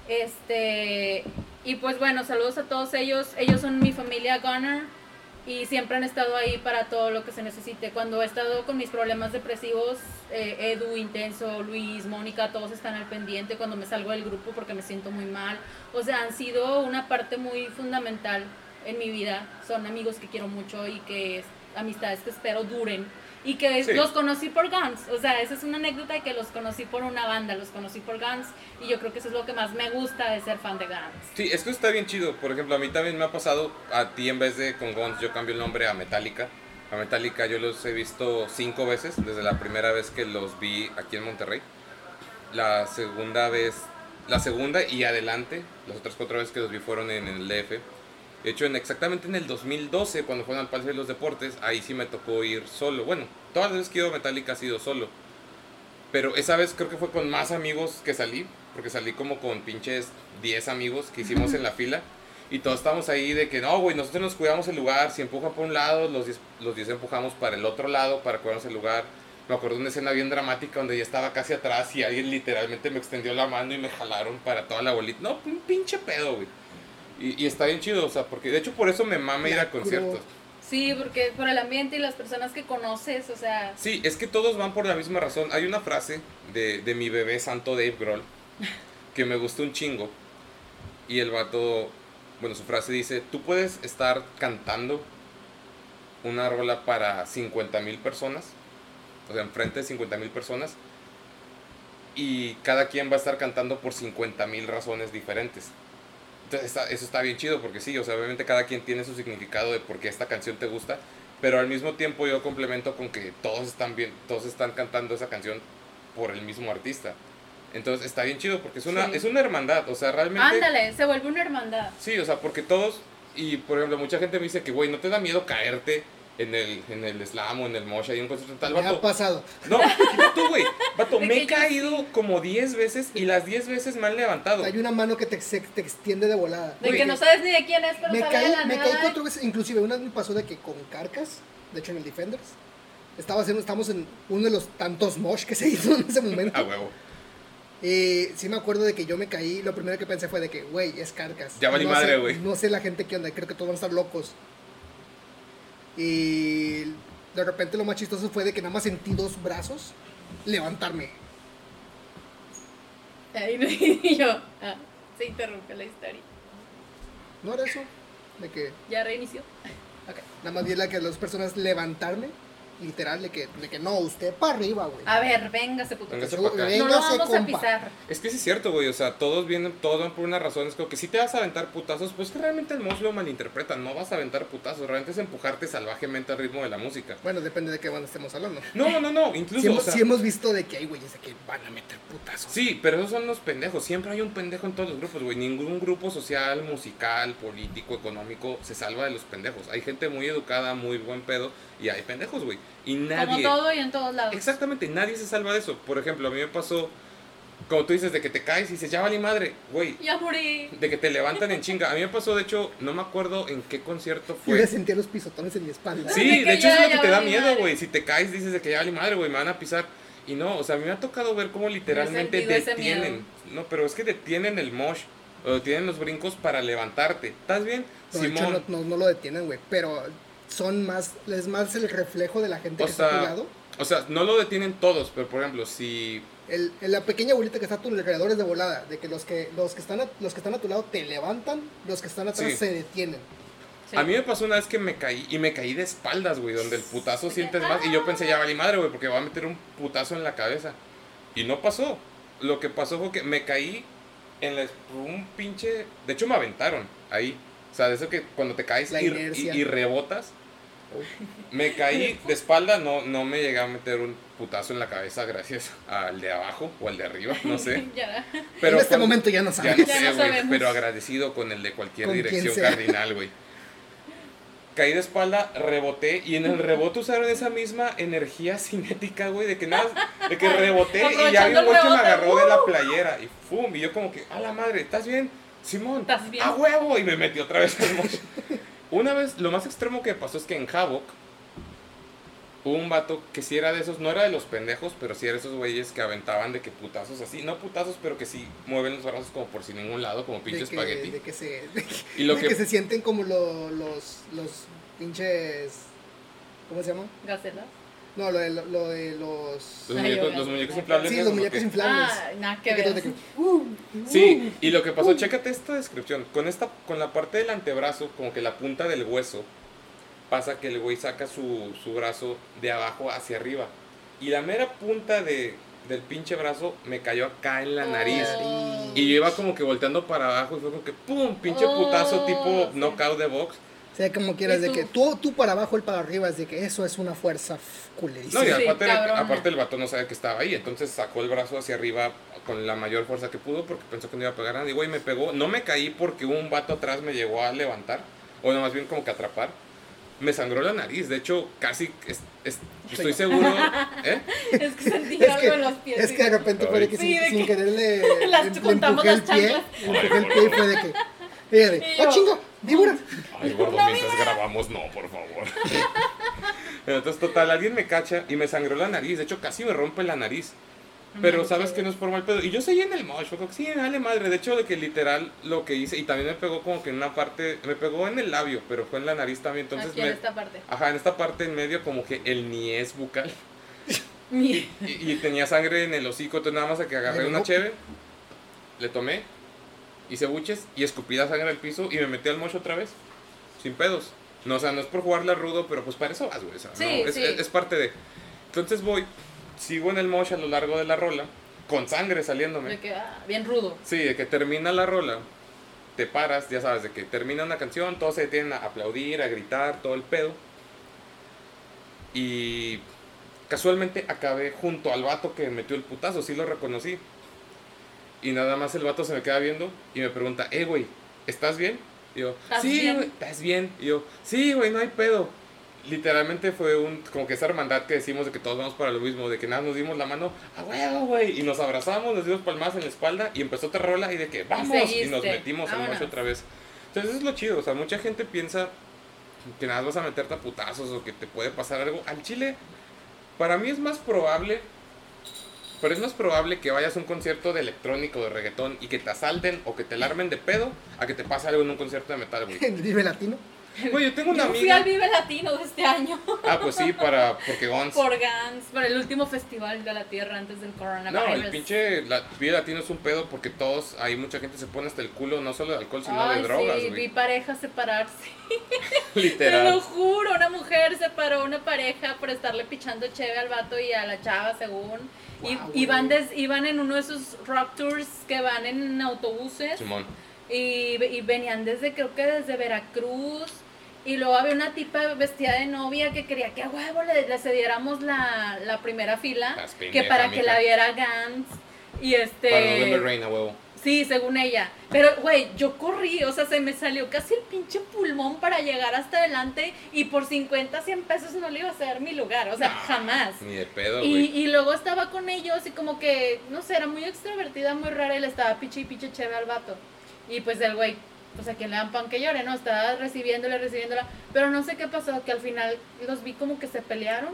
este, y pues bueno, saludos a todos ellos, ellos son mi familia Gunner, y siempre han estado ahí para todo lo que se necesite. Cuando he estado con mis problemas depresivos, eh, Edu, Intenso, Luis, Mónica, todos están al pendiente cuando me salgo del grupo porque me siento muy mal. O sea, han sido una parte muy fundamental en mi vida. Son amigos que quiero mucho y que amistades que espero duren. Y que Sí. los conocí por Guns. O sea, esa es una anécdota de que los conocí por una banda, los conocí por Guns. Y yo creo que eso es lo que más me gusta de ser fan de Guns. Sí, es que está bien chido. Por ejemplo, a mí también me ha pasado, a ti en vez de con Guns, yo cambio el nombre a Metallica. A Metallica yo los he visto cinco veces, desde la primera vez que los vi aquí en Monterrey. La segunda vez, la segunda y adelante, las otras cuatro veces que los vi fueron en el D F. De hecho, en, exactamente en el dos mil doce, cuando fueron al Palacio de los Deportes, ahí sí me tocó ir solo. Bueno, todas las veces que he ido a Metallica ha sido solo. Pero esa vez creo que fue con más amigos que salí, porque salí como con pinches diez amigos que hicimos en la fila. Y todos estábamos ahí de que no, güey, nosotros nos cuidamos el lugar. Si empujan por un lado, los diez, los diez empujamos para el otro lado para cuidarnos el lugar. Me acuerdo de una escena bien dramática donde ya estaba casi atrás y alguien literalmente me extendió la mano y me jalaron para toda la bolita. No, un pinche pedo, güey. Y, y está bien chido, o sea, porque de hecho por eso me mama ir a La cruz. conciertos. Sí, porque por el ambiente y las personas que conoces, o sea... Sí, es que todos van por la misma razón. Hay una frase de, de mi bebé santo Dave Grohl que me gustó un chingo. Y el vato, bueno, su frase dice, tú puedes estar cantando una rola para cincuenta mil personas, o sea, enfrente de cincuenta mil personas, y cada quien va a estar cantando por cincuenta mil razones diferentes. Entonces está- eso está bien chido porque sí, o sea, obviamente cada quien tiene su significado de por qué esta canción te gusta, pero al mismo tiempo yo complemento con que todos están bien, todos están cantando esa canción por el mismo artista. Entonces está bien chido porque es una, Sí. es una hermandad, o sea, realmente... Ándale, se vuelve una hermandad. Sí, o sea, porque todos, y por ejemplo, mucha gente me dice que, güey, ¿no te da miedo caerte en el, en el slam o en el mosh ahí en un concierto tal? Me ha Vato, pasado. no, tú, güey, vato, De me que he yo caído como diez veces y las diez veces me han levantado. Hay una mano que te, se- te extiende de volada. De Güey, que no sabes ni de quién es, pero Me sale de caí, la me nada. caí cuatro veces, inclusive una vez me pasó de que con Carcas, de hecho en el Defenders, estaba haciendo, estamos en uno de los tantos mosh que se hizo en ese momento. A huevo. Y sí me acuerdo de que yo me caí, lo primero que pensé fue de que, güey, es Carcas. Ya valí no madre, sé- güey. No sé la gente qué onda, creo que todos van a estar locos. Y de repente lo más chistoso fue de que nada más sentí dos brazos levantarme. Ahí, y yo, ah, se interrumpe la historia. ¿No era eso? De que, Ya reinició. ok, nada más dile a que las personas levantarme, literal, de que, de que no, usted para arriba, güey. A ver, véngase, puto. Véngase Su- pa' acá. No lo véngase, vamos a compa. pisar. Es que sí es cierto, güey, o sea, todos vienen, todos van por una razón, es como que si te vas a aventar putazos, pues que realmente el mosh lo malinterpreta, no vas a aventar putazos, realmente es empujarte salvajemente al ritmo de la música. Bueno, depende de qué banda estemos hablando. No, no, no, incluso, Sí hemos, o sea, sí hemos visto de que hay güeyes de que van a meter putazos. sí, pero esos son los pendejos, siempre hay un pendejo en todos los grupos, güey, ningún grupo social, musical, político, económico se salva de los pendejos, hay gente muy educada, muy buen pedo, y hay pendejos, güey, y Como nadie... todo y en todos lados. Exactamente, nadie se salva de eso. Por ejemplo, a mí me pasó, como tú dices, de que te caes y dices, ya vale madre, güey. Ya morí. De que te levantan en chinga. A mí me pasó, de hecho, no me acuerdo en qué concierto Yo ya fue. sentía los pisotones en mi espalda. Sí, De que de hecho ya- eso es lo ya que te da vale miedo, madre. güey. Si te caes dices de que ya vale madre, güey, me van a pisar. Y no, o sea, a mí me ha tocado ver cómo literalmente sentido ese detienen. miedo. No, pero es que detienen el mosh. O detienen los brincos para levantarte. ¿Estás bien? No, de hecho, Simón. no, no, no lo detienen, güey. Pero son más, es más el reflejo de la gente O que está a tu sea, lado. o sea, no lo detienen todos, pero por ejemplo, si El, el- la pequeña bolita que está a tu alrededor es de volada. De que los que, los que, están, a, los que están a tu lado te levantan, los que están atrás Sí. se detienen. Sí. A mí me pasó una vez que me caí y me caí de espaldas, güey, donde el putazo sientes más. Y yo pensé, ya valí madre, güey, porque va a meter un putazo en la cabeza. Y no pasó. Lo que pasó fue que me caí en la, un pinche. De hecho, me aventaron ahí. O sea, de eso que cuando te caes La y, inercia. y- y rebotas. Me caí de espalda, no, no me llegué a meter un putazo en la cabeza gracias al de abajo o al de arriba, no sé. Ya. Pero en este cuando- momento ya no ya sabes. no Ya sé, no güey, sabemos. pero agradecido con el de cualquier Con quien dirección sea. cardinal, güey. Caí de espalda, reboté y en el rebote usaron esa misma energía cinética, güey, de que nada, de que reboté y ya vi Aprovechando un el güey que me rebote, agarró de la ¡uh! playera y fum, y yo como que, a la madre, ¿estás bien? Simón, ¿Estás bien? a huevo, y me metí otra vez al mosh. Una vez, lo más extremo que pasó es que en Havoc hubo un vato que sí era de esos, no era de los pendejos, pero sí era de esos güeyes que aventaban de que putazos así, no putazos, pero que sí mueven los brazos como por sin ningún lado, como pinche de que, espagueti. de que se, de que, Y lo de que, que se sienten como lo- los, los pinches. ¿Cómo se llama? Gacelas. No, lo de, lo, lo de los. los, Ay, muñecos, oigan. los muñecos inflables. Sí, esos, los ¿o muñecos qué? inflables. Ah, nada que De que- ver. de que, uh, Sí, y lo que pasó, Uh. chécate esta descripción. Con esta, con la parte del antebrazo, como que la punta del hueso, pasa que el güey saca su, su brazo de abajo hacia arriba. Y la mera punta de, del pinche brazo me cayó acá en la nariz. Oh. Y yo iba como que volteando para abajo y fue como que ¡pum! Pinche Oh, putazo tipo sí. knockout de box. O sea, como quieras, ¿Y de tú? que tú, tú para abajo, él para arriba, es de que eso es una fuerza f- culerísima. No, y Sí, aparte, cabrona. aparte el vato no sabe que estaba ahí, entonces sacó el brazo hacia arriba con la mayor fuerza que pudo porque pensó que no iba a pegar a nadie. Güey, me pegó, no me caí porque un vato atrás me llegó a levantar, o no, más bien como que atrapar. Me sangró la nariz, de hecho, casi es- es- estoy seguro. ¿Eh? Es que sentí Es algo que, en los pies. es que de repente fue de que Sí, sin, de sin que querer le, las le- le juntamos empujé el las pie. chanclas. Le empujé el pie y fue de que. y ella de, Y ¡oh yo, chingo! ¡Víbora! Ay, gordo, No, mientras grabamos, no, por favor. Entonces, total, alguien me cacha y me sangró la nariz, de hecho, casi me rompe la nariz. Pero manches. sabes que no es por mal pedo. Y yo seguí en el mosh, fue como que sí, dale madre. De hecho, de que literal lo que hice, y también me pegó como que en una parte, me pegó en el labio, pero fue en la nariz también. Entonces, Aquí en me, esta parte. ajá, en esta parte en medio, como que el niés bucal. Mira. Y, y tenía sangre en el hocico, entonces nada más a que agarré Ay, una no. cheve, le tomé, hice buches y escupí la sangre al piso y me metí al mosh otra vez, sin pedos. No, o sea, no es por jugarla rudo, pero pues para eso vas, güey. O sea, Sí, no, es, sí. es- es parte de. Entonces voy, sigo en el mosh a lo largo de la rola, con sangre saliéndome. De que, ah, bien rudo. Sí, de que termina la rola, te paras, ya sabes, de que termina una canción, todos se detienen a aplaudir, a gritar, todo el pedo. Y casualmente acabé junto al vato que metió el putazo, sí lo reconocí. Y nada más el vato se me queda viendo y me pregunta, eh, güey, ¿estás bien? Y yo, ¿Estás sí, bien? güey, ¿estás bien? Y yo, sí, güey, no hay pedo. Literalmente fue un, como que esa hermandad que decimos de que todos vamos para lo mismo, de que nada, nos dimos la mano, a huevo, güey, y nos abrazamos, nos dimos palmadas en la espalda y empezó otra rola y de que vamos, y, seguiste. nos metimos al Vámonos. mosh otra vez. Entonces eso es lo chido, o sea, mucha gente piensa que nada vas a meterte a putazos o que te puede pasar algo. Al chile, para mí es más probable, pero es más probable que vayas a un concierto de electrónico, de reggaetón y que te asalten o que te alarmen de pedo a que te pase algo en un concierto de metal, güey. En el Vive Latino. Güey, yo tengo una Yo fui amiga. al Vive Latino de este año. Ah, pues sí, para. Porque Guns. Por Gans, por el último festival de la Tierra antes del coronavirus. No, el pinche la, Vive Latino es un pedo porque todos, hay mucha gente se pone hasta el culo, no solo de alcohol, sino Ay, de drogas, sí, güey. vi parejas separarse. Te lo Literal. juro, una mujer separó a una pareja por estarle pichando cheve al vato y a la chava, según. Y Guau, iban, güey. des- iban en uno de esos rock tours que van en autobuses. Simón. Y, y venían desde, creo que desde Veracruz. Y luego había una tipa vestida de novia que quería que a huevo le, le cediéramos la, la primera fila. Estás Que pendeja, para que mija. la viera Gans. Y este. Para November Rain, a huevo. Sí, según ella. Pero, güey, yo corrí, o sea, se me salió casi el pinche pulmón para llegar hasta adelante y por cincuenta, cien pesos no le iba a hacer mi lugar, o sea, No, jamás. Ni de pedo, Y, güey. y luego estaba con ellos y como que, no sé, era muy extrovertida, muy rara y le estaba piche y piche chévere al vato. Y pues el güey, pues a quien le dan pan que llore, ¿no? Estaba recibiéndola, recibiéndola. Pero no sé qué pasó, que al final los vi como que se pelearon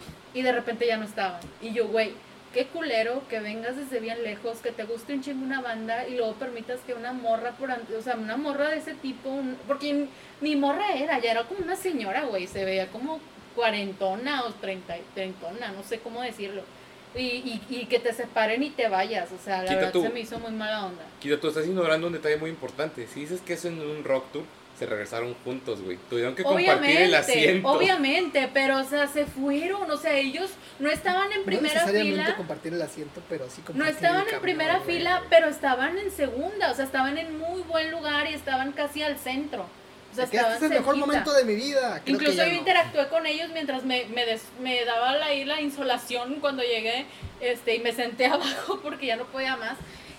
y de repente ya no estaban. Y yo, güey, qué culero que vengas desde bien lejos, que te guste un chingo una banda y luego permitas que una morra por ante- o sea, una morra de ese tipo, un- porque ni morra era, ya era como una señora, güey, se veía como cuarentona o treinta, treintona, no sé cómo decirlo. Y, y, y que te separen y te vayas, o sea, la Quita verdad tú. se me hizo muy mala onda. Kira, tú estás ignorando un detalle muy importante. Si dices que eso en un rock tour, se regresaron juntos, güey. Tuvieron que compartir el asiento. obviamente, pero o sea, se fueron, o sea, ellos no estaban en No primera necesariamente fila. compartir el asiento, pero sí compartir No estaban el en camión, primera güey. fila, pero estaban en segunda, o sea, estaban en muy buen lugar y estaban casi al centro. O sea, De que este es el estaban mejor cerquita. momento de mi vida. Creo Incluso que ya yo no. interactué con ellos mientras me, me, des- me daba la, ahí la insolación cuando llegué, este, y me senté abajo porque ya no podía más.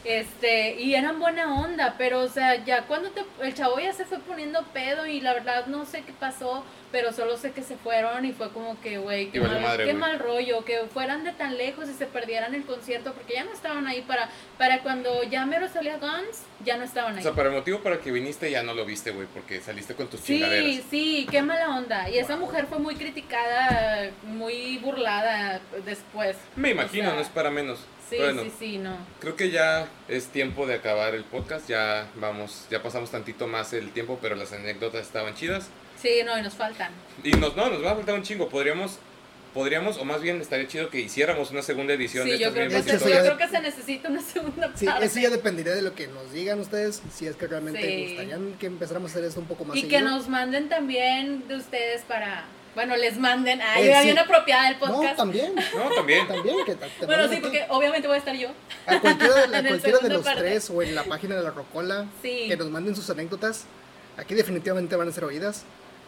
Este, y eran buena onda, pero o sea, ya cuando te, el chavo ya se fue poniendo pedo y la verdad no sé qué pasó, pero solo sé que se fueron y fue como que, güey, qué, Y valió mal, madre, qué güey. mal rollo, que fueran de tan lejos y se perdieran el concierto porque ya no estaban ahí para, para cuando ya mero salía Guns, ya no estaban O ahí. sea, para el motivo para que viniste ya no lo viste, güey, porque saliste con tus Sí, chingaderas. sí, qué mala onda. Y esa mujer fue muy criticada, muy burlada después. Me imagino, O sea, no es para menos. Sí, Bueno, sí, sí, no. creo que ya es tiempo de acabar el podcast. Ya vamos, ya pasamos tantito más el tiempo, pero las anécdotas estaban chidas. Sí, no, y nos faltan. Y nos, no, nos va a faltar un chingo. Podríamos, podríamos, o más bien estaría chido que hiciéramos una segunda edición Sí, de yo estas creo, que mismas De hecho, se, sí, yo historias. creo que se necesita una segunda Sí, parte. eso ya dependería de lo que nos digan ustedes, si es que realmente Sí. gustarían que empezáramos a hacer esto un poco más Y que seguido. nos manden también de ustedes para... Bueno, les manden... Ay, Eh, era sí. bien apropiada el No, podcast. también, No, también. también. Que te- te Bueno, manden sí, aquí. porque obviamente voy a estar yo. A cualquiera de, a en el cualquiera de segunda los parte. tres o en la página de la Rocola, Sí. que nos manden sus anécdotas. Aquí definitivamente van a ser oídas.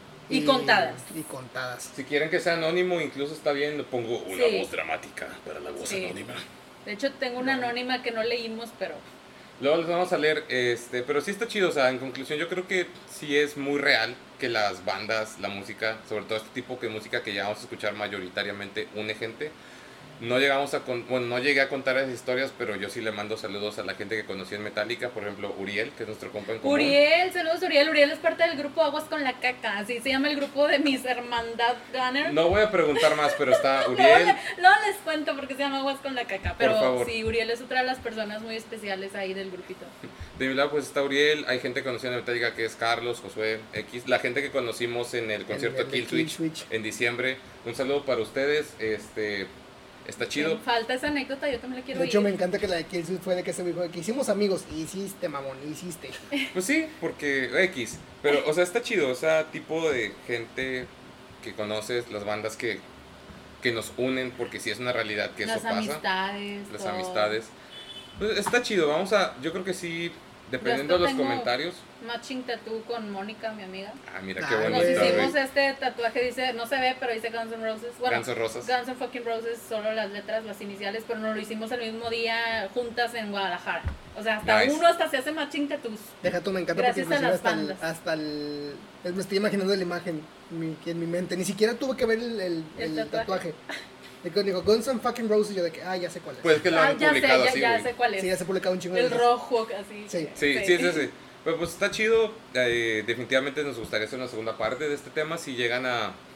Y contadas. Y contadas. Si quieren que sea anónimo, incluso está bien, le pongo una Sí. voz dramática para la voz Sí. anónima. De hecho, tengo una anónima que no leímos, pero... Luego les vamos a leer, este, pero sí está chido, o sea, en conclusión yo creo que sí es muy real que las bandas, la música, sobre todo este tipo de música que llegamos a escuchar mayoritariamente, une gente. No llegamos a, con, bueno, no llegué a contar esas historias, pero yo sí le mando saludos a la gente que conocí en Metallica, por ejemplo, Uriel, que es nuestro compa en común. Uriel, saludos Uriel. Uriel es parte del grupo Aguas con la Caca, así se llama el grupo de mis hermandad Gunner. No voy a preguntar más, pero está No, Uriel. le- no les cuento porque se llama Aguas con la Caca, pero favor. sí, Uriel es otra de las personas muy especiales ahí del grupito. De mi lado pues está Uriel, hay gente conocida en Metallica que es Carlos, Josué, X, la gente que conocimos en el concierto el de Kill Switch, Killswitch. en diciembre. Un saludo para ustedes, este, está chido. Me falta esa anécdota, yo también la quiero De hecho, oír. me encanta que la de Killswitch fue de que se dijo que hicimos amigos. Hiciste, mamón, hiciste. Pues sí, porque X, pero o sea, está chido, o sea, tipo de gente que conoces, las bandas que, que nos unen, porque sí es una realidad que Las eso pasa, amistades. las todo. amistades. Pues está chido, vamos a, yo creo que sí, dependiendo de Yo los hasta tengo- comentarios. Matching tattoo con Mónica, mi amiga. Ah, mira Ah, qué güey. Nos bonito, hicimos güey. este tatuaje, dice, no se ve, pero dice Guns N' Roses. Bueno, Guns N' Roses. Guns N' fucking Roses, solo las letras, las iniciales, pero nos lo hicimos el mismo día juntas en Guadalajara. O sea, hasta Nice. uno hasta se hace matching tattoos. Deja tú, me encanta Gracias porque a inclusive las hasta el, bandas. hasta el... es- Me estoy imaginando la imagen en mi, en mi mente. Ni siquiera tuve que ver el, el, El el tatuaje. tatuaje. De que digo, Guns N' fucking Roses, y yo de que, ah, ya sé cuál es. Pues es que lo Ah, han ya sé, publicado ya, así, ya güey. sé cuál es. Sí, ya se ha publicado un chingo de El veces. rojo, así. Sí. Sí, sí, sí, sí. Pero pues está chido. eh, definitivamente nos gustaría hacer una segunda parte de este tema. Si llegan a,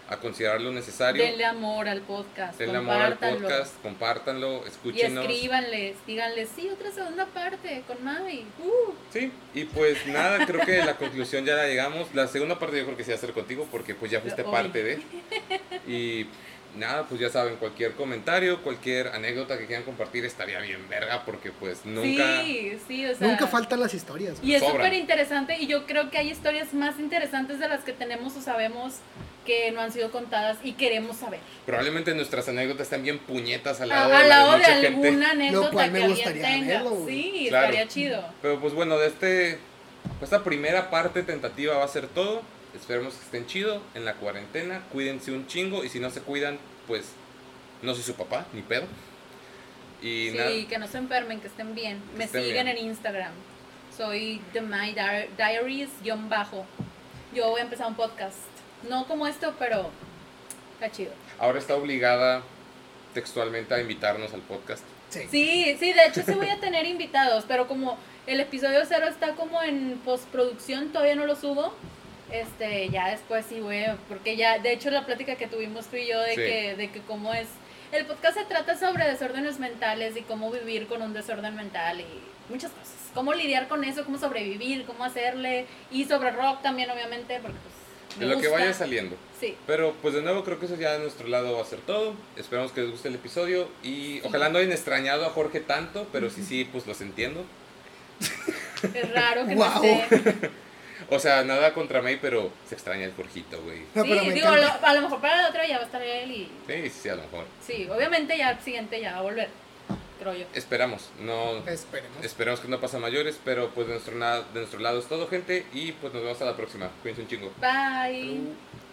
a considerar lo necesario. Denle amor al podcast. Denle amor al compártanlo. podcast, compártanlo, Y escúchenos. escríbanles, díganles, sí, otra segunda parte con Mavi. Uh. Sí, y pues nada, creo que la conclusión ya la llegamos. La segunda parte yo creo que sí va a ser contigo porque pues ya fuiste Obvio. parte de. Y nada, pues ya saben, cualquier comentario, cualquier anécdota que quieran compartir estaría bien verga porque pues nunca... Sí, sí, o sea. Nunca faltan las historias. güey. Y es Sobran. súper interesante y yo creo que hay historias más interesantes de las que tenemos o sabemos que no han sido contadas y queremos saber. Probablemente nuestras anécdotas están bien puñetas al A- lado, Al de, la lado de mucha gente. alguna anécdota cual me que alguien gustaría tenga. verlo, güey. Sí, Claro. estaría chido. Pero pues bueno, de este, pues esta primera parte tentativa va a ser todo. Esperemos que estén chido en la cuarentena. Cuídense un chingo y si no se cuidan, pues no soy su papá, ni pedo. Y Sí, nada, que no se enfermen, que estén bien. Me estén siguen bien. en Instagram. Soy The My Di- Diaries guión bajo. Yo voy a empezar un podcast. No como esto, pero está chido. ahora está obligada textualmente a invitarnos al podcast. Sí. Sí, sí, de hecho sí voy a tener invitados, pero como el episodio cero está como en postproducción, todavía no lo subo. Este, ya después sí voy, a- porque ya, de hecho la plática que tuvimos tú y yo de Sí. que, de que cómo es, el podcast se trata sobre desórdenes mentales y cómo vivir con un desorden mental y muchas cosas, cómo lidiar con eso, cómo sobrevivir, cómo hacerle, y sobre rock también obviamente, porque pues De me lo que gusta. vaya saliendo. Sí, Pero pues de nuevo creo que eso ya de nuestro lado va a ser todo. Esperamos que les guste el episodio y Sí. ojalá no hayan extrañado a Jorge tanto, pero sí, sí, pues los entiendo. es raro que Guau. no esté. O sea, nada contra May, pero se extraña el Jorgito, güey. No, Sí, pero me digo, a encanta. lo, a lo mejor para la otra ya va a estar él y Sí, sí, a lo mejor. sí, obviamente ya el siguiente ya va a volver, creo yo. Esperamos, no... Esperemos. Esperemos que no pase a mayores, pero pues de nuestro, na- de nuestro lado es todo, gente, y pues nos vemos a la próxima. Cuídense un chingo. Bye.